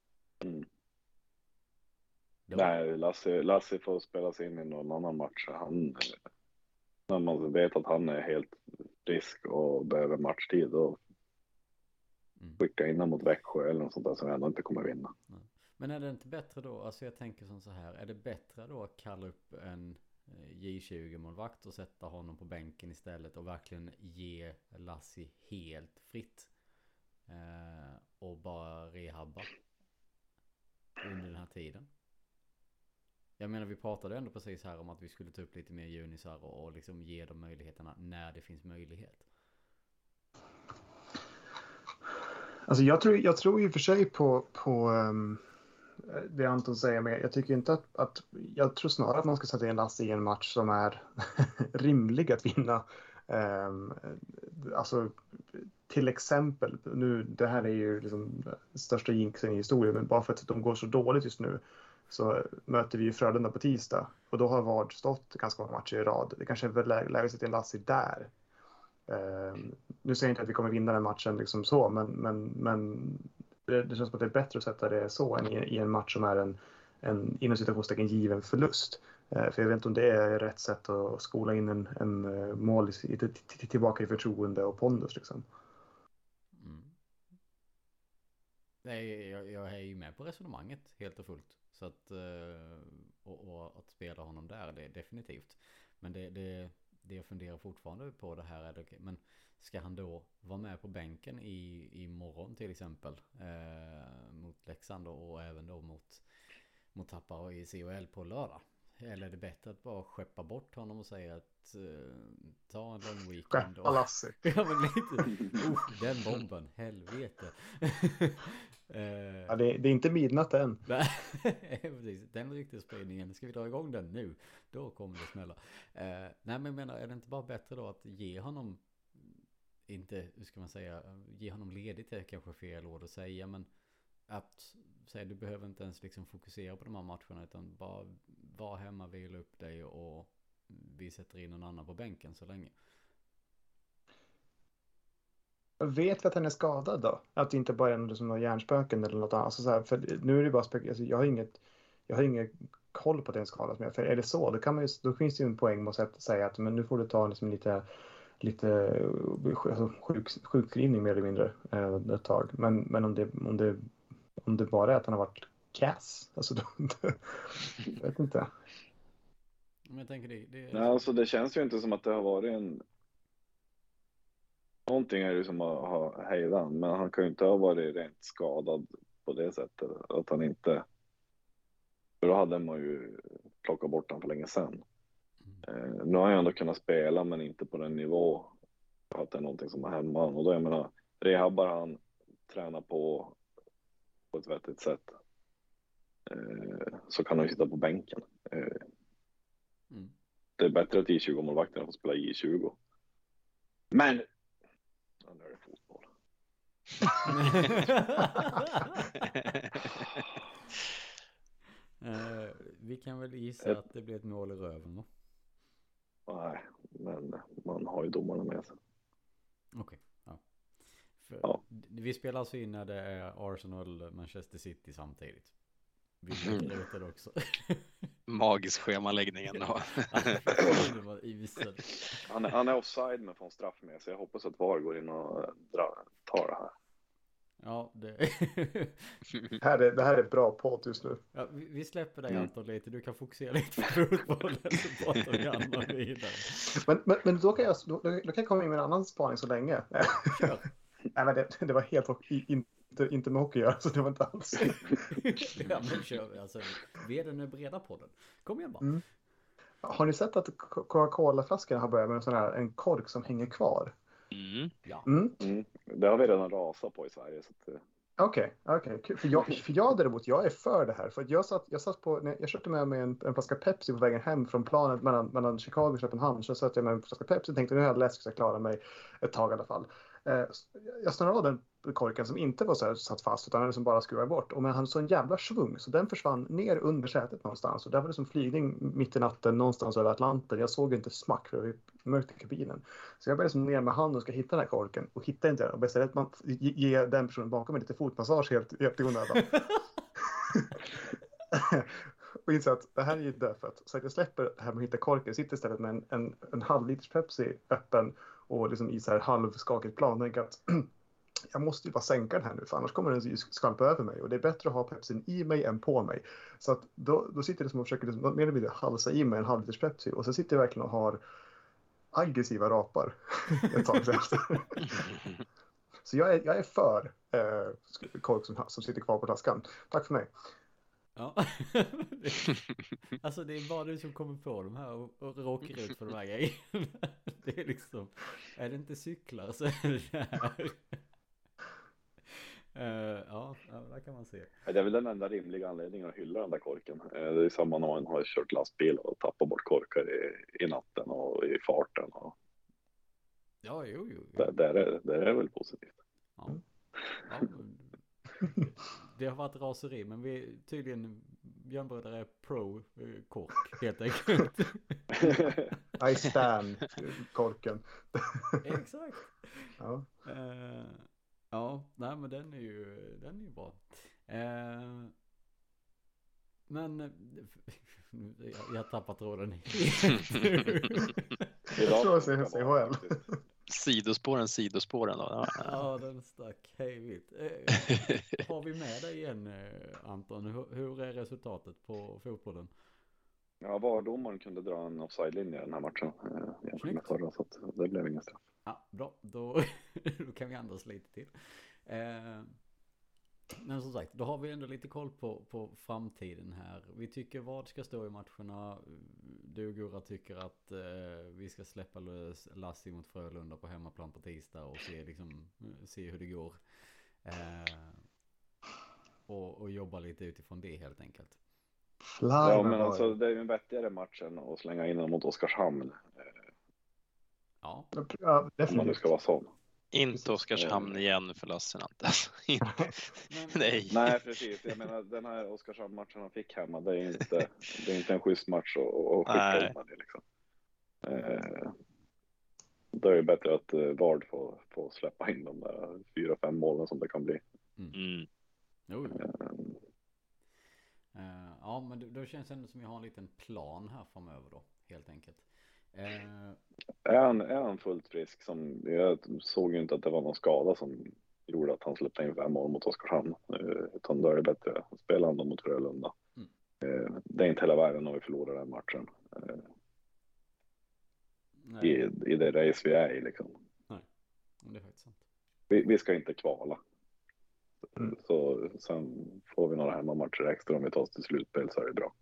Nej, Lassie får spela sig in i någon annan match. När man vet att han är helt frisk och behöver matchtid och skicka in mot Växjö eller något sånt där som ändå inte kommer vinna. Nej. Men är det inte bättre då, alltså jag tänker som så här, är det bättre då att kalla upp en J20-målvakt och sätta honom på bänken istället och verkligen ge Lassie helt fritt och bara rehabba under den här tiden? Jag menar, vi pratade ändå precis här om att vi skulle ta upp lite mer junisar och liksom ge dem möjligheterna när det finns möjlighet. Alltså jag tror ju för sig på det Anton säger, men jag tycker inte att jag tror snarare att man ska sätta in Lassie i en match som är rimlig att vinna. Alltså till exempel, nu det här är ju liksom största jinxen i historien, men bara för att de går så dåligt just nu så möter vi ju Frölunda på tisdag och då har Vard stått ganska många matcher i rad. Det kanske är väl läge att sätta in Lassie där. Nu säger jag inte att vi kommer vinna den matchen liksom så, men det känns som att det är bättre att sätta det så än i en match som är en inom citationstecken given förlust. För jag vet inte om det är rätt sätt att skola in en mål tillbaka i förtroende och pondus liksom. Nej, jag är ju med på resonemanget helt och fullt. Så att, och att spela honom där, det är definitivt. Men det jag funderar fortfarande på det här är det, men ska han då vara med på bänken i morgon till exempel mot Leksand och även då mot Tappara i CHL på lördag? Eller är det bättre att bara skeppa bort honom och säga att ta en lång weekend och... Skeppa Lassie. Ja, men lite. Den bomben, helvete. Ja, det är inte midnatt än. Nej, precis. Den riktiga spridningen, ska vi dra igång den nu? Då kommer det smälla. Nej, men jag menar, är det inte bara bättre då att ge honom, inte, hur ska man säga, ge honom ledigt är kanske fel ord att säga, men att säga, du behöver inte ens liksom fokusera på de här matcherna utan bara vara hemma, vila upp dig och vi sätter in någon annan på bänken så länge. Vet vi att han är skadad då? Att det inte bara är något som har hjärnspöken eller något annat. Alltså så här, för nu är det bara alltså jag har inget koll på den skadan. För är det så, då finns det ju en poäng med att säga att men nu får du ta liksom lite sjukskrivning mer eller mindre ett tag. Men om det bara är att han har varit kass, alltså jag vet inte. Men jag tänker Nej, alltså det känns ju inte som att det har varit någonting är ju som har hejdat, men han kan ju inte ha varit rent skadad på det sättet att han inte, för då hade man ju plockat bort honom för länge sedan. Nu har jag ändå kunnat spela, men inte på den nivå att det är någonting som har hänt. Och då, jag menar, rehabbar han, tränar på ett vettigt sätt, så kan han ju sitta på bänken. Det är bättre att I20-målvakterna får spela I20. Men nu är det fotboll. Vi kan väl gissa att det blir ett mål i röven då? Nej, men man har ju domarna med sig. Okej, ja. Vi spelar alltså in när det är Arsenal Manchester City samtidigt. Vi vet det också. Magisk schemaläggningen då. Han är offside men får en straff med, så jag hoppas att VAR går in och tar det här. Ja, det här är bra podd just nu. Ja, vi släpper dig Anton lite. Du kan fokusera lite på fotbollen så pratar vi andra vidare. Men då kan jag komma in med en annan spaning så länge. Kör. Nej, men det var helt inte med hockey att göra, så det var inte alls. Ja, men kör vi. Alltså, vi är den breda podden. Kom igen bara. Har ni sett att Coca-Cola-flaskorna har börjat med en kork som hänger kvar? Ja. Det har vi redan rasat på i Sverige. Okej. För jag däremot, jag är för det här. För jag köpte med mig en flaska Pepsi på vägen hem från planet mellan Chicago och Köpenhamn. Så satt jag med en flaska Pepsi och tänkte nu har jag läsk så jag klarar mig ett tag i alla fall. Jag snurrade av den korken som inte var så här satt fast utan den som bara skruvade bort. Och men han hade så en jävla svung så den försvann ner under sätet någonstans. Och där var det som flygning mitt i natten någonstans över Atlanten. Jag såg inte smack för det var mörkt i kabinen. Så jag började som ner med handen och ska hitta den här korken. Och hittade inte den. Och beställde att man ger den personen bakom mig lite fotmassage helt i onödan. Och inser att det här är ju dödfött. Så att jag släpper det här med att hitta korken. Jag sitter istället med en halvliters Pepsi öppen och liksom i så här halvskakigt plan. Jag tänker att jag måste ju bara sänka den här nu, för annars kommer den ju skvalpa över mig. Och det är bättre att ha Pepsin i mig än på mig. Så att då sitter det som och försöker liksom, mer eller mindre halsa i mig en halvliters Pepsi. Och så sitter jag verkligen och har aggressiva rapar ett tag efter. Så jag är för kork som sitter kvar på flaskan. Tack för mig. Ja. Alltså det är bara du som kommer på de här och råkar ut för de här grejerna. Det är liksom, är det inte cyklar så är det här. Ja, där kan man se. Det är väl den enda rimliga anledningen att hylla den där korken. Det är samma när man har kört lastbil och tappat bort korkar i natten och i farten. Och... Ja, jo. Det är väl positivt. Ja. Det har varit raseri, men vi tydligen Björnbröder är pro kork helt enkelt. I stand korken. Exakt. Ja. Ja, nej men den är ju bra. Men jag tappar tråden helt. Jag tror jag ser CHL. Sidospåren då. Ja, den stack hej vilt. Har vi med dig igen, Anton? Hur är resultatet på fotbollen? Ja, VAR-domaren kunde dra en offside-linje i den här matchen. Med förra, så det blev ingen straff. Ja, bra. Då kan vi andas lite till. Men som sagt, då har vi ändå lite koll på framtiden här. Vi tycker vad ska stå i matcherna. Du och Gurra tycker att vi ska släppa lös Lassi mot Frölunda på hemmaplan på tisdag och se hur det går. Och jobba lite utifrån det helt enkelt. Ja, men alltså det är ju en vettigare match än att slänga in den mot Oskarshamn. Ja, om man nu ska vara sån. Inte Oskarshamn igen för Lassen Antes. Nej, precis. Jag menar, den här Oskarshamn-matchen han fick hemma, det är inte en schysst match att skicka in det liksom. Då är det bättre att Vard får släppa in de där 4-5 målen som det kan bli. Ja, men då känns det ändå som jag har en liten plan här framöver då, helt enkelt. Är han fullt frisk? Jag såg ju inte att det var någon skada som gjorde att han släppte in 5 mål mot Oskarshamn. Utan då är det bättre att spela han mot Frölunda. Det är inte hela världen om vi förlorar den matchen. I det race vi är i liksom. Nej, det är faktiskt sant. Vi ska inte kvala. Så sen får vi några hemmamatcher extra om vi tar oss till slutspel, så är det bra.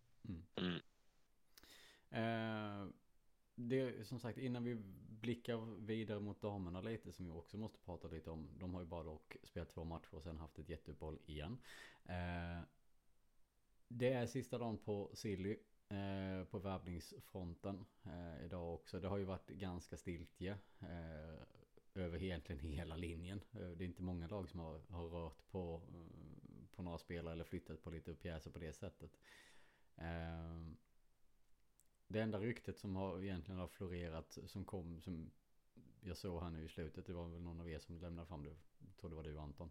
Det som sagt, innan vi blickar vidare mot damerna lite, som vi också måste prata lite om. De har ju bara dock spelat 2 matcher och sen haft ett jätteuppehåll igen. Det är sista dagen på Silly på värvningsfronten idag också. Det har ju varit ganska stiltje över egentligen hela linjen. Det är inte många lag som har rört på några spelare eller flyttat på lite pjäser på det sättet. Det enda ryktet som egentligen har florerat som jag såg här nu i slutet, det var väl någon av er som lämnade fram det, jag tror det var du, Anton,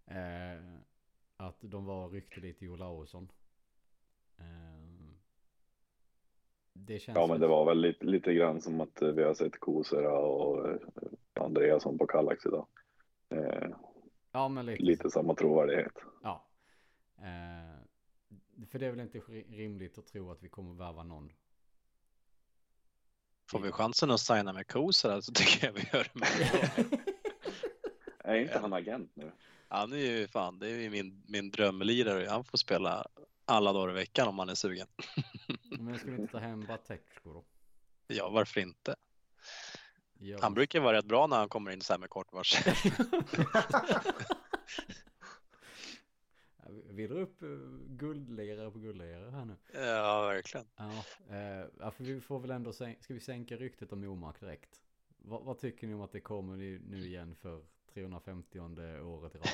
att de var rykte lite i Olausson. Det känns men det var väl lite grann som att vi har sett Kosera och Andreasson på Kallax idag. Ja, men lite samma trovärdighet. Ja. För det är väl inte rimligt att tro att vi kommer att värva någon. Får vi chansen att signa med Kosera så tycker jag vi gör det med. Är inte han agent nu? Han är ju det är ju min drömlirare. Han får spela alla dagar i veckan om han är sugen. Men ska vi inte ta hem Bateksko då? Ja, varför inte? Ja. Han brukar vara rätt bra när han kommer in så här med kort varsel. Vi drar upp guldlerare på guldlerare här nu. Ja, verkligen. Ja, för vi får väl ändå ska vi sänka ryktet om Omark direkt? Vad tycker ni om att det kommer nu igen för 350:e året i rad?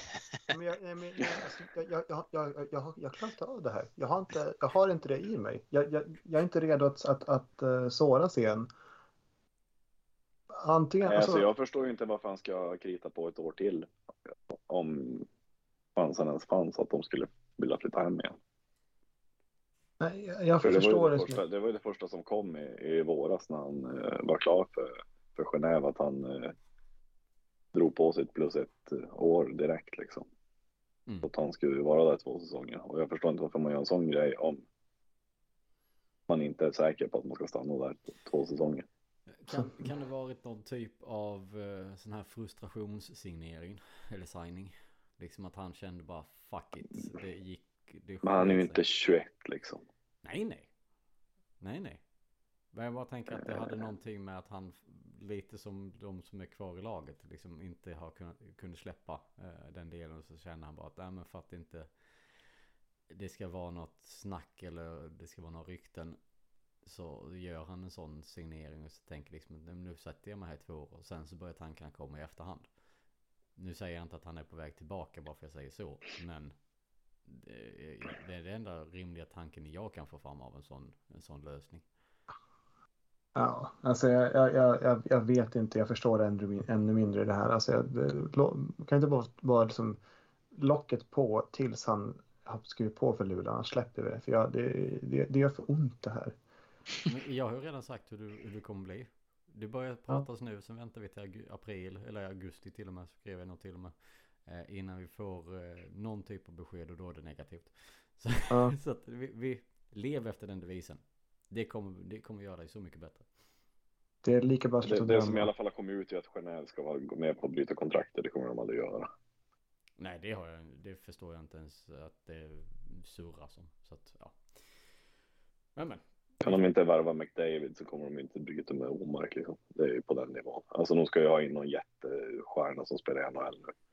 Jag klarar inte av det här. Jag har inte det i mig. Jag är inte redo att såras igen. Antingen, alltså jag förstår ju inte varför han ska krita på ett år till om chansen ens fanns att de skulle vilja flytta hem igen. Nej, jag förstår det. Det var ju det första som kom i våras när han var klar för Genève, att han drog på sig ett +1 år direkt liksom. Så att han skulle vara där 2 säsonger. Och jag förstår inte varför man gör en sån grej om man inte är säker på att man ska stanna där 2 säsonger. Kan det varit någon typ av sån här frustrationssignering eller signing? Liksom att han kände bara fuck it. Men han är ju inte 21 liksom. Nej. Men jag bara tänker att det hade någonting med att han, lite som de som är kvar i laget, liksom inte kunde släppa den delen, och så känner han bara att men för att inte det ska vara något snack eller det ska vara några rykten, så gör han en sån signering och så tänker liksom nu sätter jag mig här i 2 år, och sen så börjar tankarna komma i efterhand. Nu säger jag inte att han är på väg tillbaka bara för att jag säger så, men det är den enda rimliga tanken jag kan få fram av en sån lösning. Ja, alltså jag vet inte, jag förstår ännu mindre det här. Alltså kan inte bara liksom locket på tills han har skrivit på för Luleå, han släpper det, för det gör för ont det här. Men jag har ju redan sagt hur det kommer bli. Det börjar pratas nu, sen väntar vi till april eller augusti till och med, så skrev jag nog till och med, innan vi får någon typ av besked, och då är det negativt. Så att vi lever efter den devisen. Det kommer göra dig så mycket bättre. Det är lika bra det som i alla fall har kommit ut är att Genève ska gå med på att bryta kontraktet. Det kommer de aldrig göra. Nej, det förstår jag inte ens att det surrar som. Så att, ja. Men. Kan de inte värva McDavid så kommer de inte bryta med Omark liksom. Det är ju på den nivån. Alltså de ska ju ha in någon jättestjärna som spelar i NHL nu.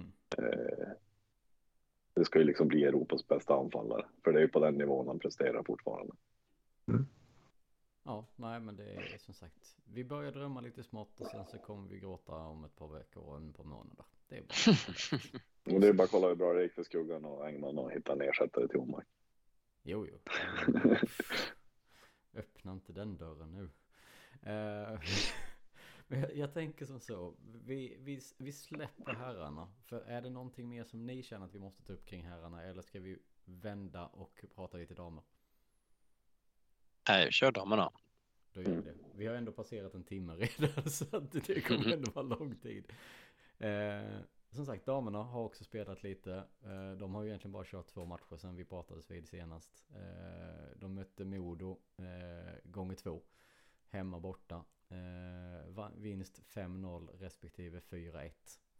Det ska ju liksom bli Europas bästa anfallare. För det är ju på den nivån han presterar fortfarande. Ja, nej, men det är som sagt, vi börjar drömma lite smått, och sen så kommer vi gråta om ett par veckor och ett par månader. Det är bra. Och det är bara att kolla hur bra det gick för Skuggan och Engman och hitta en ersättare till Omark. Jo. Öppna inte den dörren nu. Jag tänker som så. Vi släpper herrarna. För är det någonting mer som ni känner att vi måste ta upp kring herrarna? Eller ska vi vända och prata lite damer? Nej, kör damerna. Då gör vi det. Vi har ändå passerat en timme redan. Så att det kommer ändå vara lång tid. Som sagt, damerna har också spelat lite. De har ju egentligen bara kört 2 matcher sedan vi pratades vid senast. De mötte Modo gånger 2. Hemma borta. Vinst 5-0 respektive 4-1.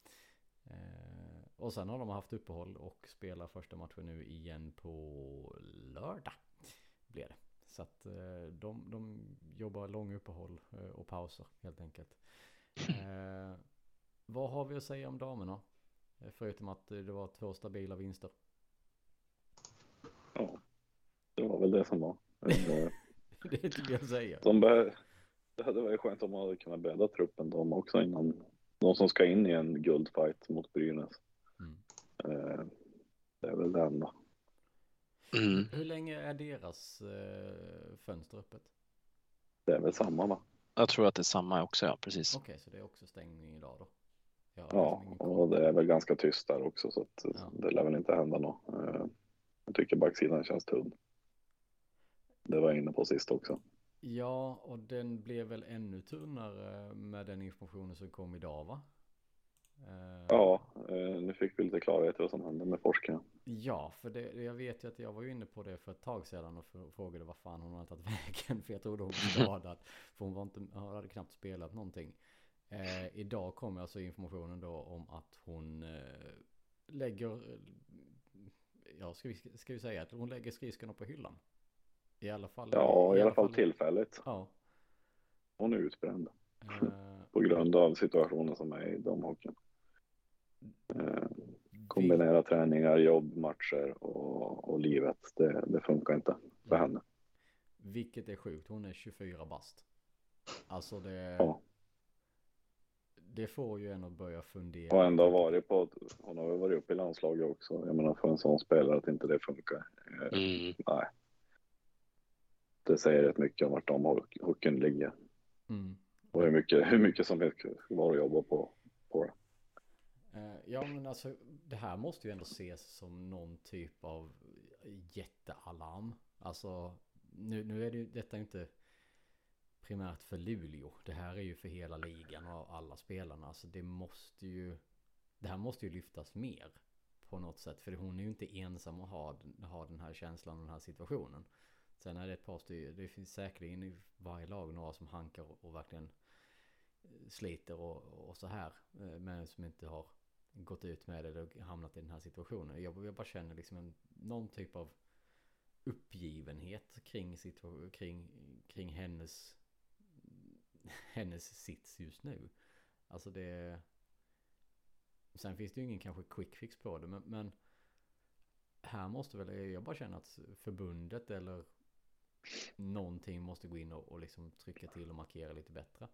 Och sen har de haft uppehåll och spelar första matchen nu igen på lördag. Blir det. Så att de jobbar långa uppehåll och pauser helt enkelt. Vad har vi att säga om damerna? Förutom att det var 2 stabila vinster. Ja, det var väl det som var. Det är inte det jag säger. Det hade varit skönt om man hade kunnat bredda truppen de också innan de som ska in i en guldfight mot Brynäs. Det är väl det enda. Hur länge är deras fönster öppet? Det är väl samma, va? Jag tror att det är samma också, ja, precis. Okej, så det är också stängning idag då? Ja, och det är väl ganska tyst där också, så att det lär väl inte hända något. Jag tycker backsidan känns tunn. Det var jag inne på sist också. Ja, och den blev väl ännu tunnare med den informationen som kom idag, va? Ja, nu fick vi lite klarhet i vad som hände med forskningen. Ja, för jag vet ju att jag var ju inne på det för ett tag sedan och frågade vad fan hon hade tagit vägen. För jag trodde hon var skadad. För hon hade knappt spelat någonting. Idag kommer alltså informationen då om att hon lägger... Ja, ska vi säga att hon lägger skridskorna på hyllan. I alla fall. Ja, i alla fall tillfälligt. Ja. Hon är utbränd. På grund av situationen som är i damhockeyn. Kombinera träningar, jobb, matcher och livet. Det funkar inte för henne. Vilket är sjukt. Hon är 24 bast. Alltså det... Ja. Det får ju en att börja fundera. Och ändå hon har varit uppe i landslaget också. Jag menar, för en sån spelare att inte det funkar. Nej. Det säger rätt mycket om vart hockeyn ligger. Och hur mycket som helst var att jobba på det. Ja, men alltså det här måste ju ändå ses som någon typ av jättealarm. Alltså nu är detta inte primärt för Luleå. Det här är ju för hela ligan och alla spelarna. Alltså det här måste ju lyftas mer på något sätt. För hon är ju inte ensam att ha den här känslan och den här situationen. Sen är det ett par det finns säkerligen i varje lag några som hankar och verkligen sliter och så här. Men som inte har gått ut med det och hamnat i den här situationen. Jag bara känner liksom någon typ av uppgivenhet kring hennes sits just nu. Alltså sen finns det ju ingen kanske quick fix på det, men här måste jag bara känna att förbundet eller någonting måste gå in och liksom trycka till och markera lite bättre.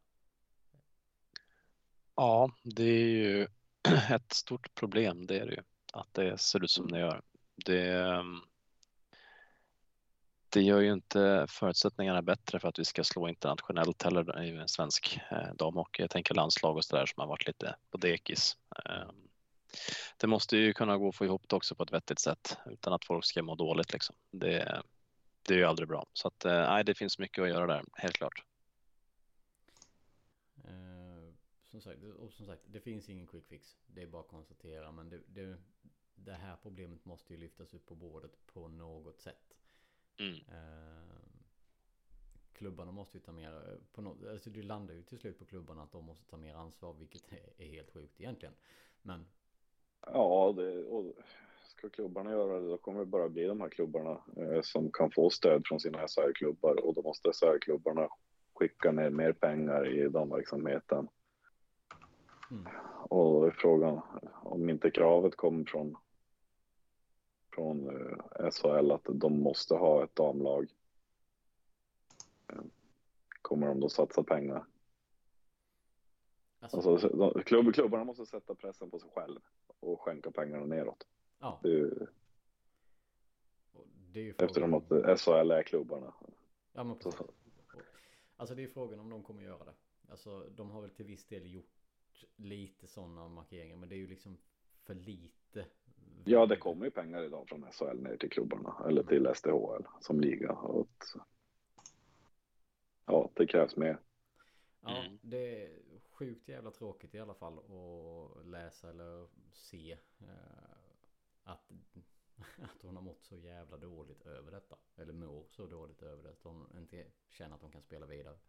Ja, det är ju ett stort problem, det är det ju. Att det ser ut som det gör. Det gör ju inte förutsättningarna bättre för att vi ska slå internationellt heller i en svensk damhockey. Jag tänker landslag och sådär som har varit lite på dekis. Det måste ju kunna gå att få ihop det också på ett vettigt sätt utan att folk ska må dåligt liksom. Det är ju aldrig bra. Så att nej, det finns mycket att göra där, helt klart. Som sagt, det finns ingen quick fix. Det är bara att konstatera. Men det här problemet måste ju lyftas upp på bordet på något sätt. Klubbarna måste ju ta mer alltså det landar ju till slut på klubbarna att de måste ta mer ansvar, vilket är helt sjukt egentligen. Men ja, och ska klubbarna göra det, då kommer det bara bli de här klubbarna som kan få stöd från sina SHL-klubbar, och då måste SHL-klubbarna skicka ner mer pengar i damverksamheten. Och frågan om inte kravet kommer från SHL att de måste ha ett damlag, kommer de då satsa pengar? Alltså klubbarna måste sätta pressen på sig själv och skänka pengarna neråt. Ja. Det är ju eftersom att SHL är klubbarna. Ja, men precis. Alltså det är frågan om de kommer göra det. Alltså de har väl till viss del gjort lite sådana markeringar, men det är ju liksom för lite. Ja, det kommer ju pengar idag från SHL ner till klubbarna eller till SDHL som liga. Och ja, det krävs mer. Ja, det är sjukt jävla tråkigt i alla fall att läsa eller se att hon har mått så jävla dåligt över detta. Eller mår så dåligt över det att hon inte känner att hon kan spela vidare.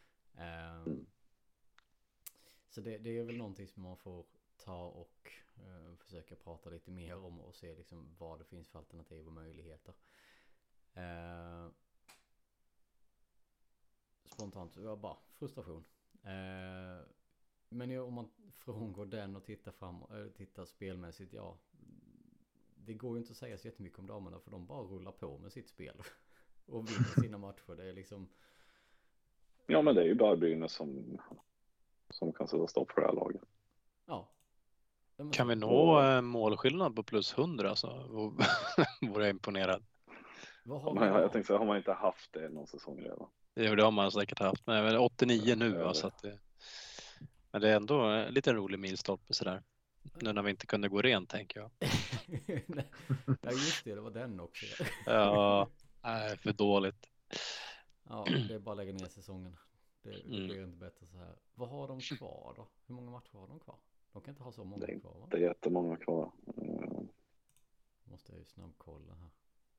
Så det är väl någonting som man får ta och försöka prata lite mer om och se liksom vad det finns för alternativ och möjligheter. Spontant, det var bara frustration. Men om man frångår den och tittar spelmässigt, ja, det går ju inte att säga så jättemycket om damerna, för de bara rullar på med sitt spel och vinner sina matcher. Det är liksom... Ja, men det är ju bara Brynäs som kan sätta stopp för det här laget. Ja. Kan vi nå målskillnad på plus 100 så vore jag imponerad. Jag tänkte så har man inte haft det någon säsong redan. Det har man säkert haft, men 89 nu så att men det är ändå en liten rolig milstolpe sådär. Nu när vi inte kunde gå rent, tänker jag. Ja, just det var den också. Ja, för dåligt. Ja, det är bara att lägga ner säsongen. Det blir inte bättre så här. Vad har de kvar då? Hur många matcher har de kvar? De kan inte ha så många kvar, va? Det är jättemånga kvar. Måste jag ju snabbkolla här.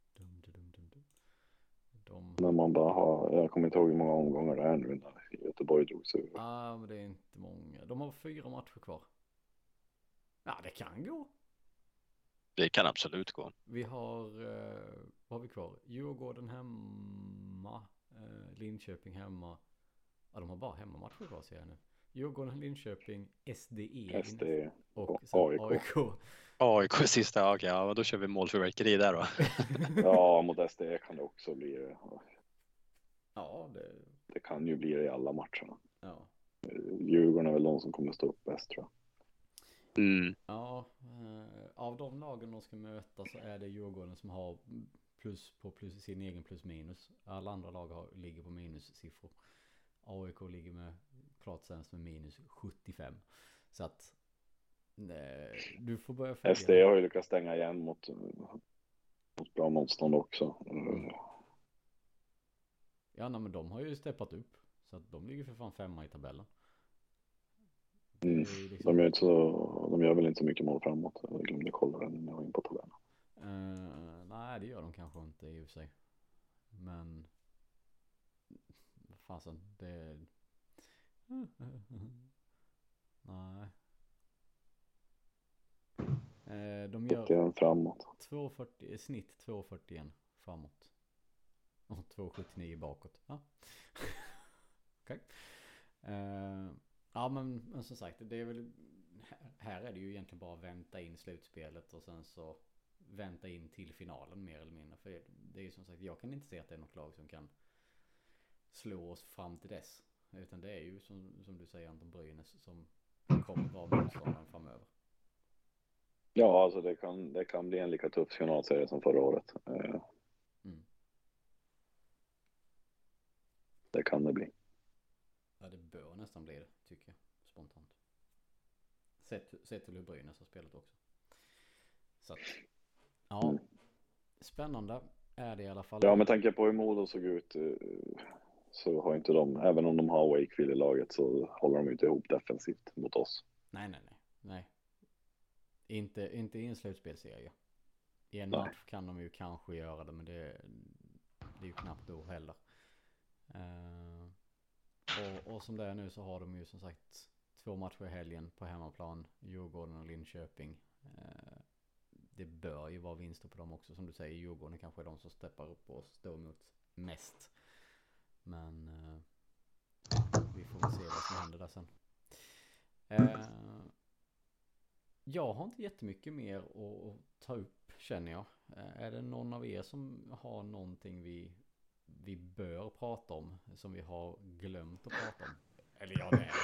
När man bara har, jag kommer inte ihåg hur många omgångar det är nu när Göteborg drog sig ur. Ja, men det är inte många. De har 4 matcher kvar. Ja, det kan gå. Det kan absolut gå. Vi har, vad har vi kvar? Djurgården hemma, Linköping hemma. Ja, de har bara hemmamatcher kvar, ser jag nu. Djurgården, Linköping, SDE och AIK. AIK sista, okej, ja, då kör vi målförverkeri där då. Ja, mot SDE kan det också bli det. Ja, det kan ju bli det i alla matcherna. Ja. Djurgården är väl de som kommer stå upp bäst, tror jag. Ja, av de lagen de ska möta så är det Djurgården som har plus sin egen plus minus. Alla andra lag ligger på minussiffror. AIK ligger med klart sämst med minus 75. Så att du får börja följa. SD har ju lyckats stänga igen mot bra motstånd också. Ja, men de har ju steppat upp. Så att de ligger för fan 5 i tabellen. Liksom... De gör väl inte så mycket mål framåt. Jag glömde kolla den när jag var in på tabellen. Nej, det gör de kanske inte i och för sig. Men fasen, det nej. De gör framåt. 240 snitt 241 framåt. Och 279 bakåt. Ja. Okej. Ja, men som sagt, det är väl här är det ju egentligen bara vänta in slutspelet och sen så vänta in till finalen mer eller mindre. För det är ju som sagt, jag kan inte se att det är något lag som kan slå oss fram till dess. Utan det är ju som du säger, Anton, Brynäs som kommer vara motståndaren framöver. Ja, alltså det kan bli en lika tuff finalserie som förra året. Det kan det bli. Ja, det bör nästan bli det, tycker jag, spontant. Sett till hur Brynäs har spelat också. Så att, ja, spännande är det i alla fall. Ja, med tanke på hur Modo såg ut så har inte de, även om de har Wakefield i laget, så håller de inte ihop defensivt mot oss. Nej. Inte i en slutspelserie. I en match kan de ju kanske göra det, men det är ju knappt då heller. Och som det är nu så har de ju som sagt 2 matcher i helgen på hemmaplan, Djurgården och Linköping. Det bör ju vara vinster på dem också, som du säger. Djurgården kanske är de som steppar upp och står emot mest. Men vi får väl se vad som händer där sen. Jag har inte jättemycket mer att ta upp, känner jag. Är det någon av er som har någonting vi bör prata om, som vi har glömt att prata om? Eller ja, det är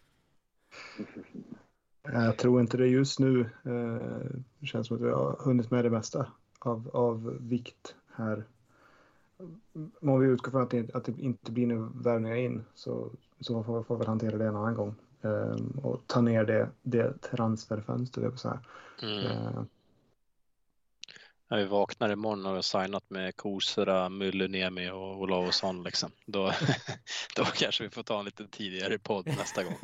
det. Jag tror inte det just nu. Det känns som att vi har hunnit med det mesta av vikt här. Om vi utgår från att det inte blir några värvningar in, så så får vi väl hantera det en annan gång. Och ta ner det transferfönster. Så här. När vi vaknar imorgon och har signat med Kosera, Myllyniemi och Olausson liksom. Då kanske vi får ta en lite tidigare podd nästa gång.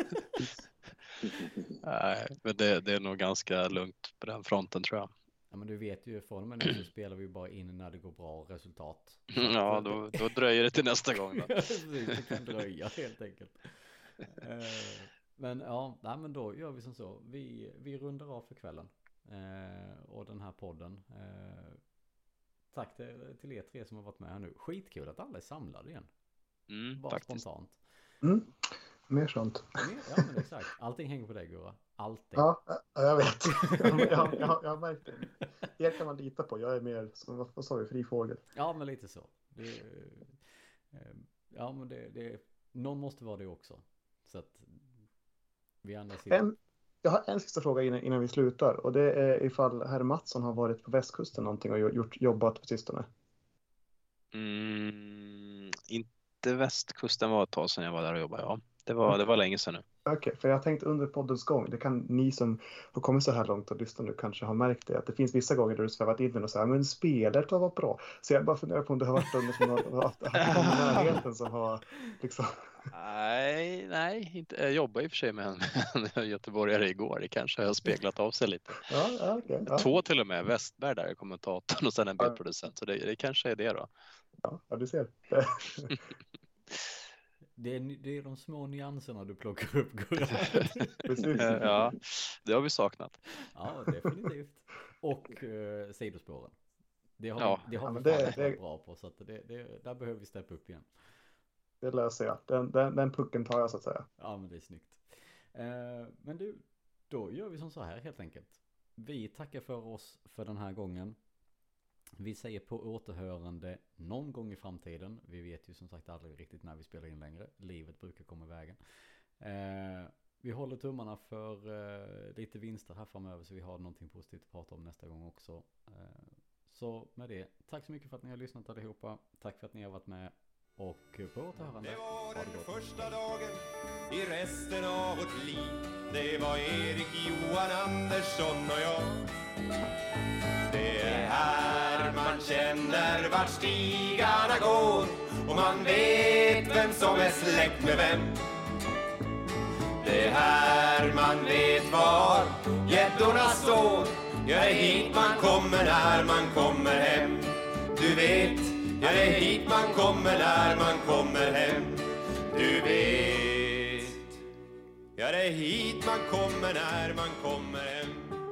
Nej, men det är nog ganska lugnt på den fronten tror jag. Ja, men du vet ju, från och med nu så spelar vi bara in när det går bra resultat. Ja, då dröjer det till nästa gång då. Det kan dröja helt enkelt. Men ja, nej, men då gör vi som så. Vi rundar av för kvällen. Och den här podden. Tack till er tre som har varit med här nu. Skitkul att alla är samlade igen. Bara faktiskt. Spontant. Mer sånt. Ja, men exakt. Allting hänger på dig, Gurra. Allting. Ja, jag vet. Jag har märkt det. Er kan man lita på. Jag är mer, som vad sa vi, fri fågel. Ja, men lite så. Ja, men någon måste vara det också. Så att vi andra sitter. Jag har en sista fråga innan vi slutar. Och det är ifall herr Mattsson har varit på västkusten någonting och jobbat på sistone. Inte västkusten var ett tag sedan jag var där och jobbade, ja. Det var länge sedan nu. Okej, för jag tänkte under poddens gång, det kan ni som har kommit så här långt och lyssnar nu kanske har märkt det, att det finns vissa gånger där du svävat in och säger men spelet var bra. Så jag bara funderar på om det har varit under som har haft närheten som har liksom... Nej, inte. Jag jobbade i och för sig med en göteborgare igår. Det kanske har speglat av sig lite. Ja, okay, ja. 2 till och med. Westberg där, kommentatorn och sen en bildproducent. Så det kanske är det då. Ja, du ser. Det är de små nyanserna du plockar upp, Gurra. Precis. Ja, det har vi saknat. Ja, definitivt. Och sidospåren. Det har vi varit bra på, så att där behöver vi steppa upp igen. Det löser jag. Den pucken tar jag så att säga. Ja, men det är snyggt. Men du, då gör vi som så här helt enkelt. Vi tackar för oss för den här gången. Vi säger på återhörande någon gång i framtiden. Vi vet ju som sagt aldrig riktigt när vi spelar in längre. Livet brukar komma i vägen. Vi håller tummarna för lite vinster här framöver, så vi har någonting positivt att prata om nästa gång också. Så med det, tack så mycket för att ni har lyssnat allihopa. Tack för att ni har varit med. Och på återhörande. Det var den första dagen i resten av vårt liv. Det var Erik, Johan, Andersson och jag. Det är här man känner vart stigarna går, och man vet vem som är släkt med vem. Det är här man vet var gäddorna står. Ja, det är hit man kommer när man kommer hem. Du vet, ja, det är hit man kommer när man kommer hem. Du vet, ja, det är hit man kommer när man kommer hem.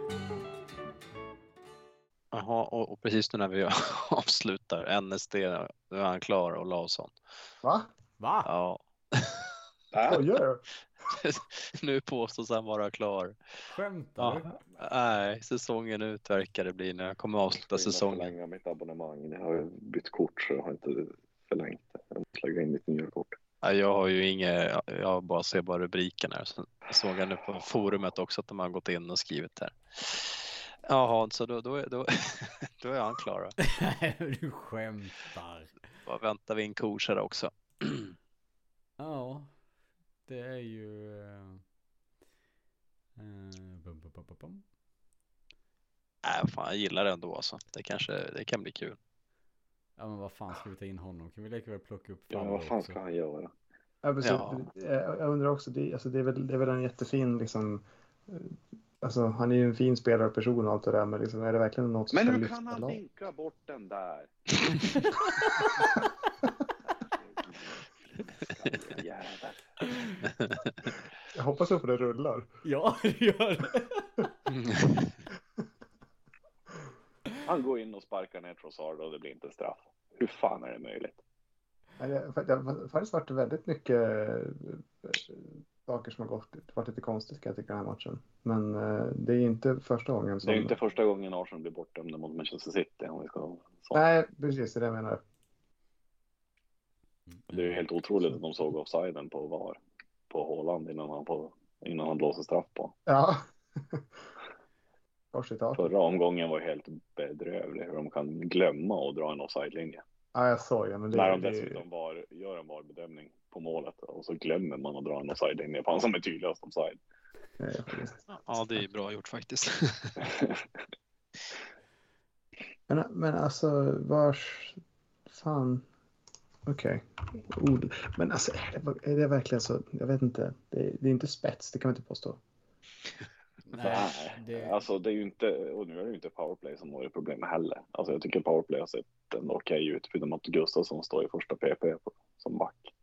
Jaha, och precis nu när vi avslutar NSD, nu är han klar och Larsson. Va? Ja. Vad gör du? Nu påstås han vara klar. Skämtar du? Nej, säsongen ut verkar det bli när jag kommer avsluta säsongen. Jag förlänga mitt abonnemang. Jag har bytt kort så jag har inte förlängt det. Jag måste lägga in mitt nya kort. Jag har ju jag ser bara rubriken här. Så jag såg nu på forumet också att de har gått in och skrivit här. Jaha, så då är han klar då. Du skämtar. Bara väntar vi in kurser också. Ja, det är ju... Fan, jag gillar det ändå alltså. Det kan bli kul. Ja, men vad fan ska vi ta in honom? Kan vi lika väl plocka upp Fabbe? Ja, vad fan ska han göra? Ja, precis. Ja. Jag undrar också, det är väl en jättefin liksom... Alltså, han är ju en fin spelare och person och allt det där, men liksom, är det verkligen något som... Men hur kan han linka bort den där? Jag hoppas att det rullar. Ja, det gör det. Han går in och sparkar ner Trossard och det blir inte straff. Hur fan är det möjligt? Det har faktiskt varit väldigt mycket saker som har varit lite konstigt, kan jag tycka, den här matchen. Men det är inte första gången som... Det är inte första gången Arsenal blir bortdömda mot Manchester City. Om vi ska... Nej, precis, det är det jag menar. Det är ju helt otroligt att de såg offsiden på Haaland innan han blåser straff på. Ja. Förra omgången var helt bedrövlig hur de kan glömma och dra en offside-linje. Ja, jag såg det. Men när de dessutom gör en VAR-bedömning på målet och så glömmer man att dra en offside in på han som är tydligast offside. Ja, det är bra gjort faktiskt. men alltså, vars fan. Okej. Men alltså, är det verkligen så? Jag vet inte. Det är inte spets, det kan man inte påstå. Nej, alltså det är ju inte, och nu är det ju inte powerplay som har problem heller. Alltså jag tycker powerplay har sett en okej ut, förutom att Gustafsson står i första PP som back.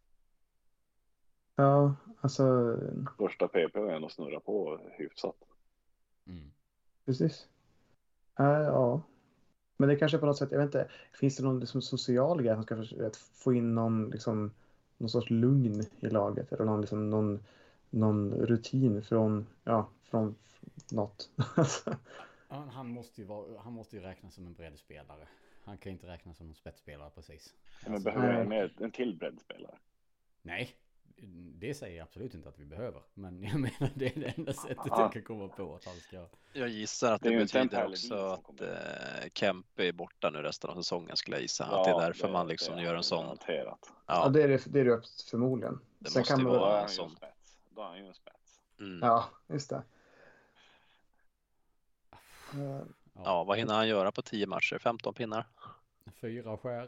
Ja, alltså. Första PP är ändå snurra på hyfsat. Precis. Ja. Men det kanske på något sätt, jag vet inte, finns det någon liksom social grej som ska få in någon sorts lugn i laget eller någon rutin från något. Han måste ju räknas som en breddspelare. Han kan inte räknas som en spetsspelare precis. Men behöver han mer en till breddspelare? Nej, det säger jag absolut inte att vi behöver. Men jag menar det är det enda sättet jag kan komma på att han ska. Jag gissar att det betyder också att Kempe är borta nu resten av säsongen, skulle jag gissa. Att det är därför man liksom gör en sån. Ja, det är det förmodligen. Det sen måste kan vara en sån. Då är han ju en spets. Ja, just det. Ja, vad hinner han göra på 10 matcher? 15 pinnar? 4 skär.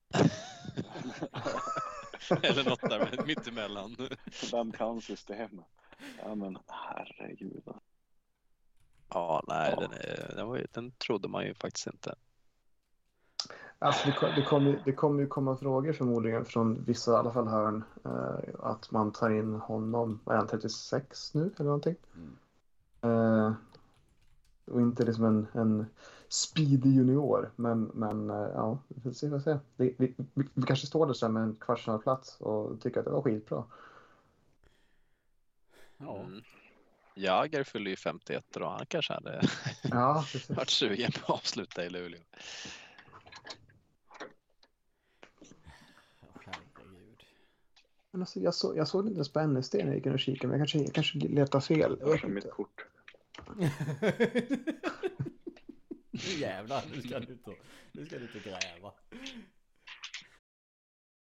Eller något där mittemellan. Vem kan systemet? Ja, men herregud. Ja, nej, den trodde man ju faktiskt inte. Alltså det kommer ju komma frågor förmodligen från vissa i alla fall hörn att man tar in honom, är han 36 nu eller någonting? Och inte liksom en speedy junior, men ja, vi får se vad säga. Vi kanske står där sen med en kvartsfinalplats och tycker att det var skitbra. Ja. Jager fyller ju 51 och han kanske hade varit sugen på att avsluta i Luleå. Herregud. Men alltså, jag såg inte Spännesten när jag gick in och kikade, men jag kanske letar fel. Det var mitt kort. Jävlar, nu ska du ut och gräva.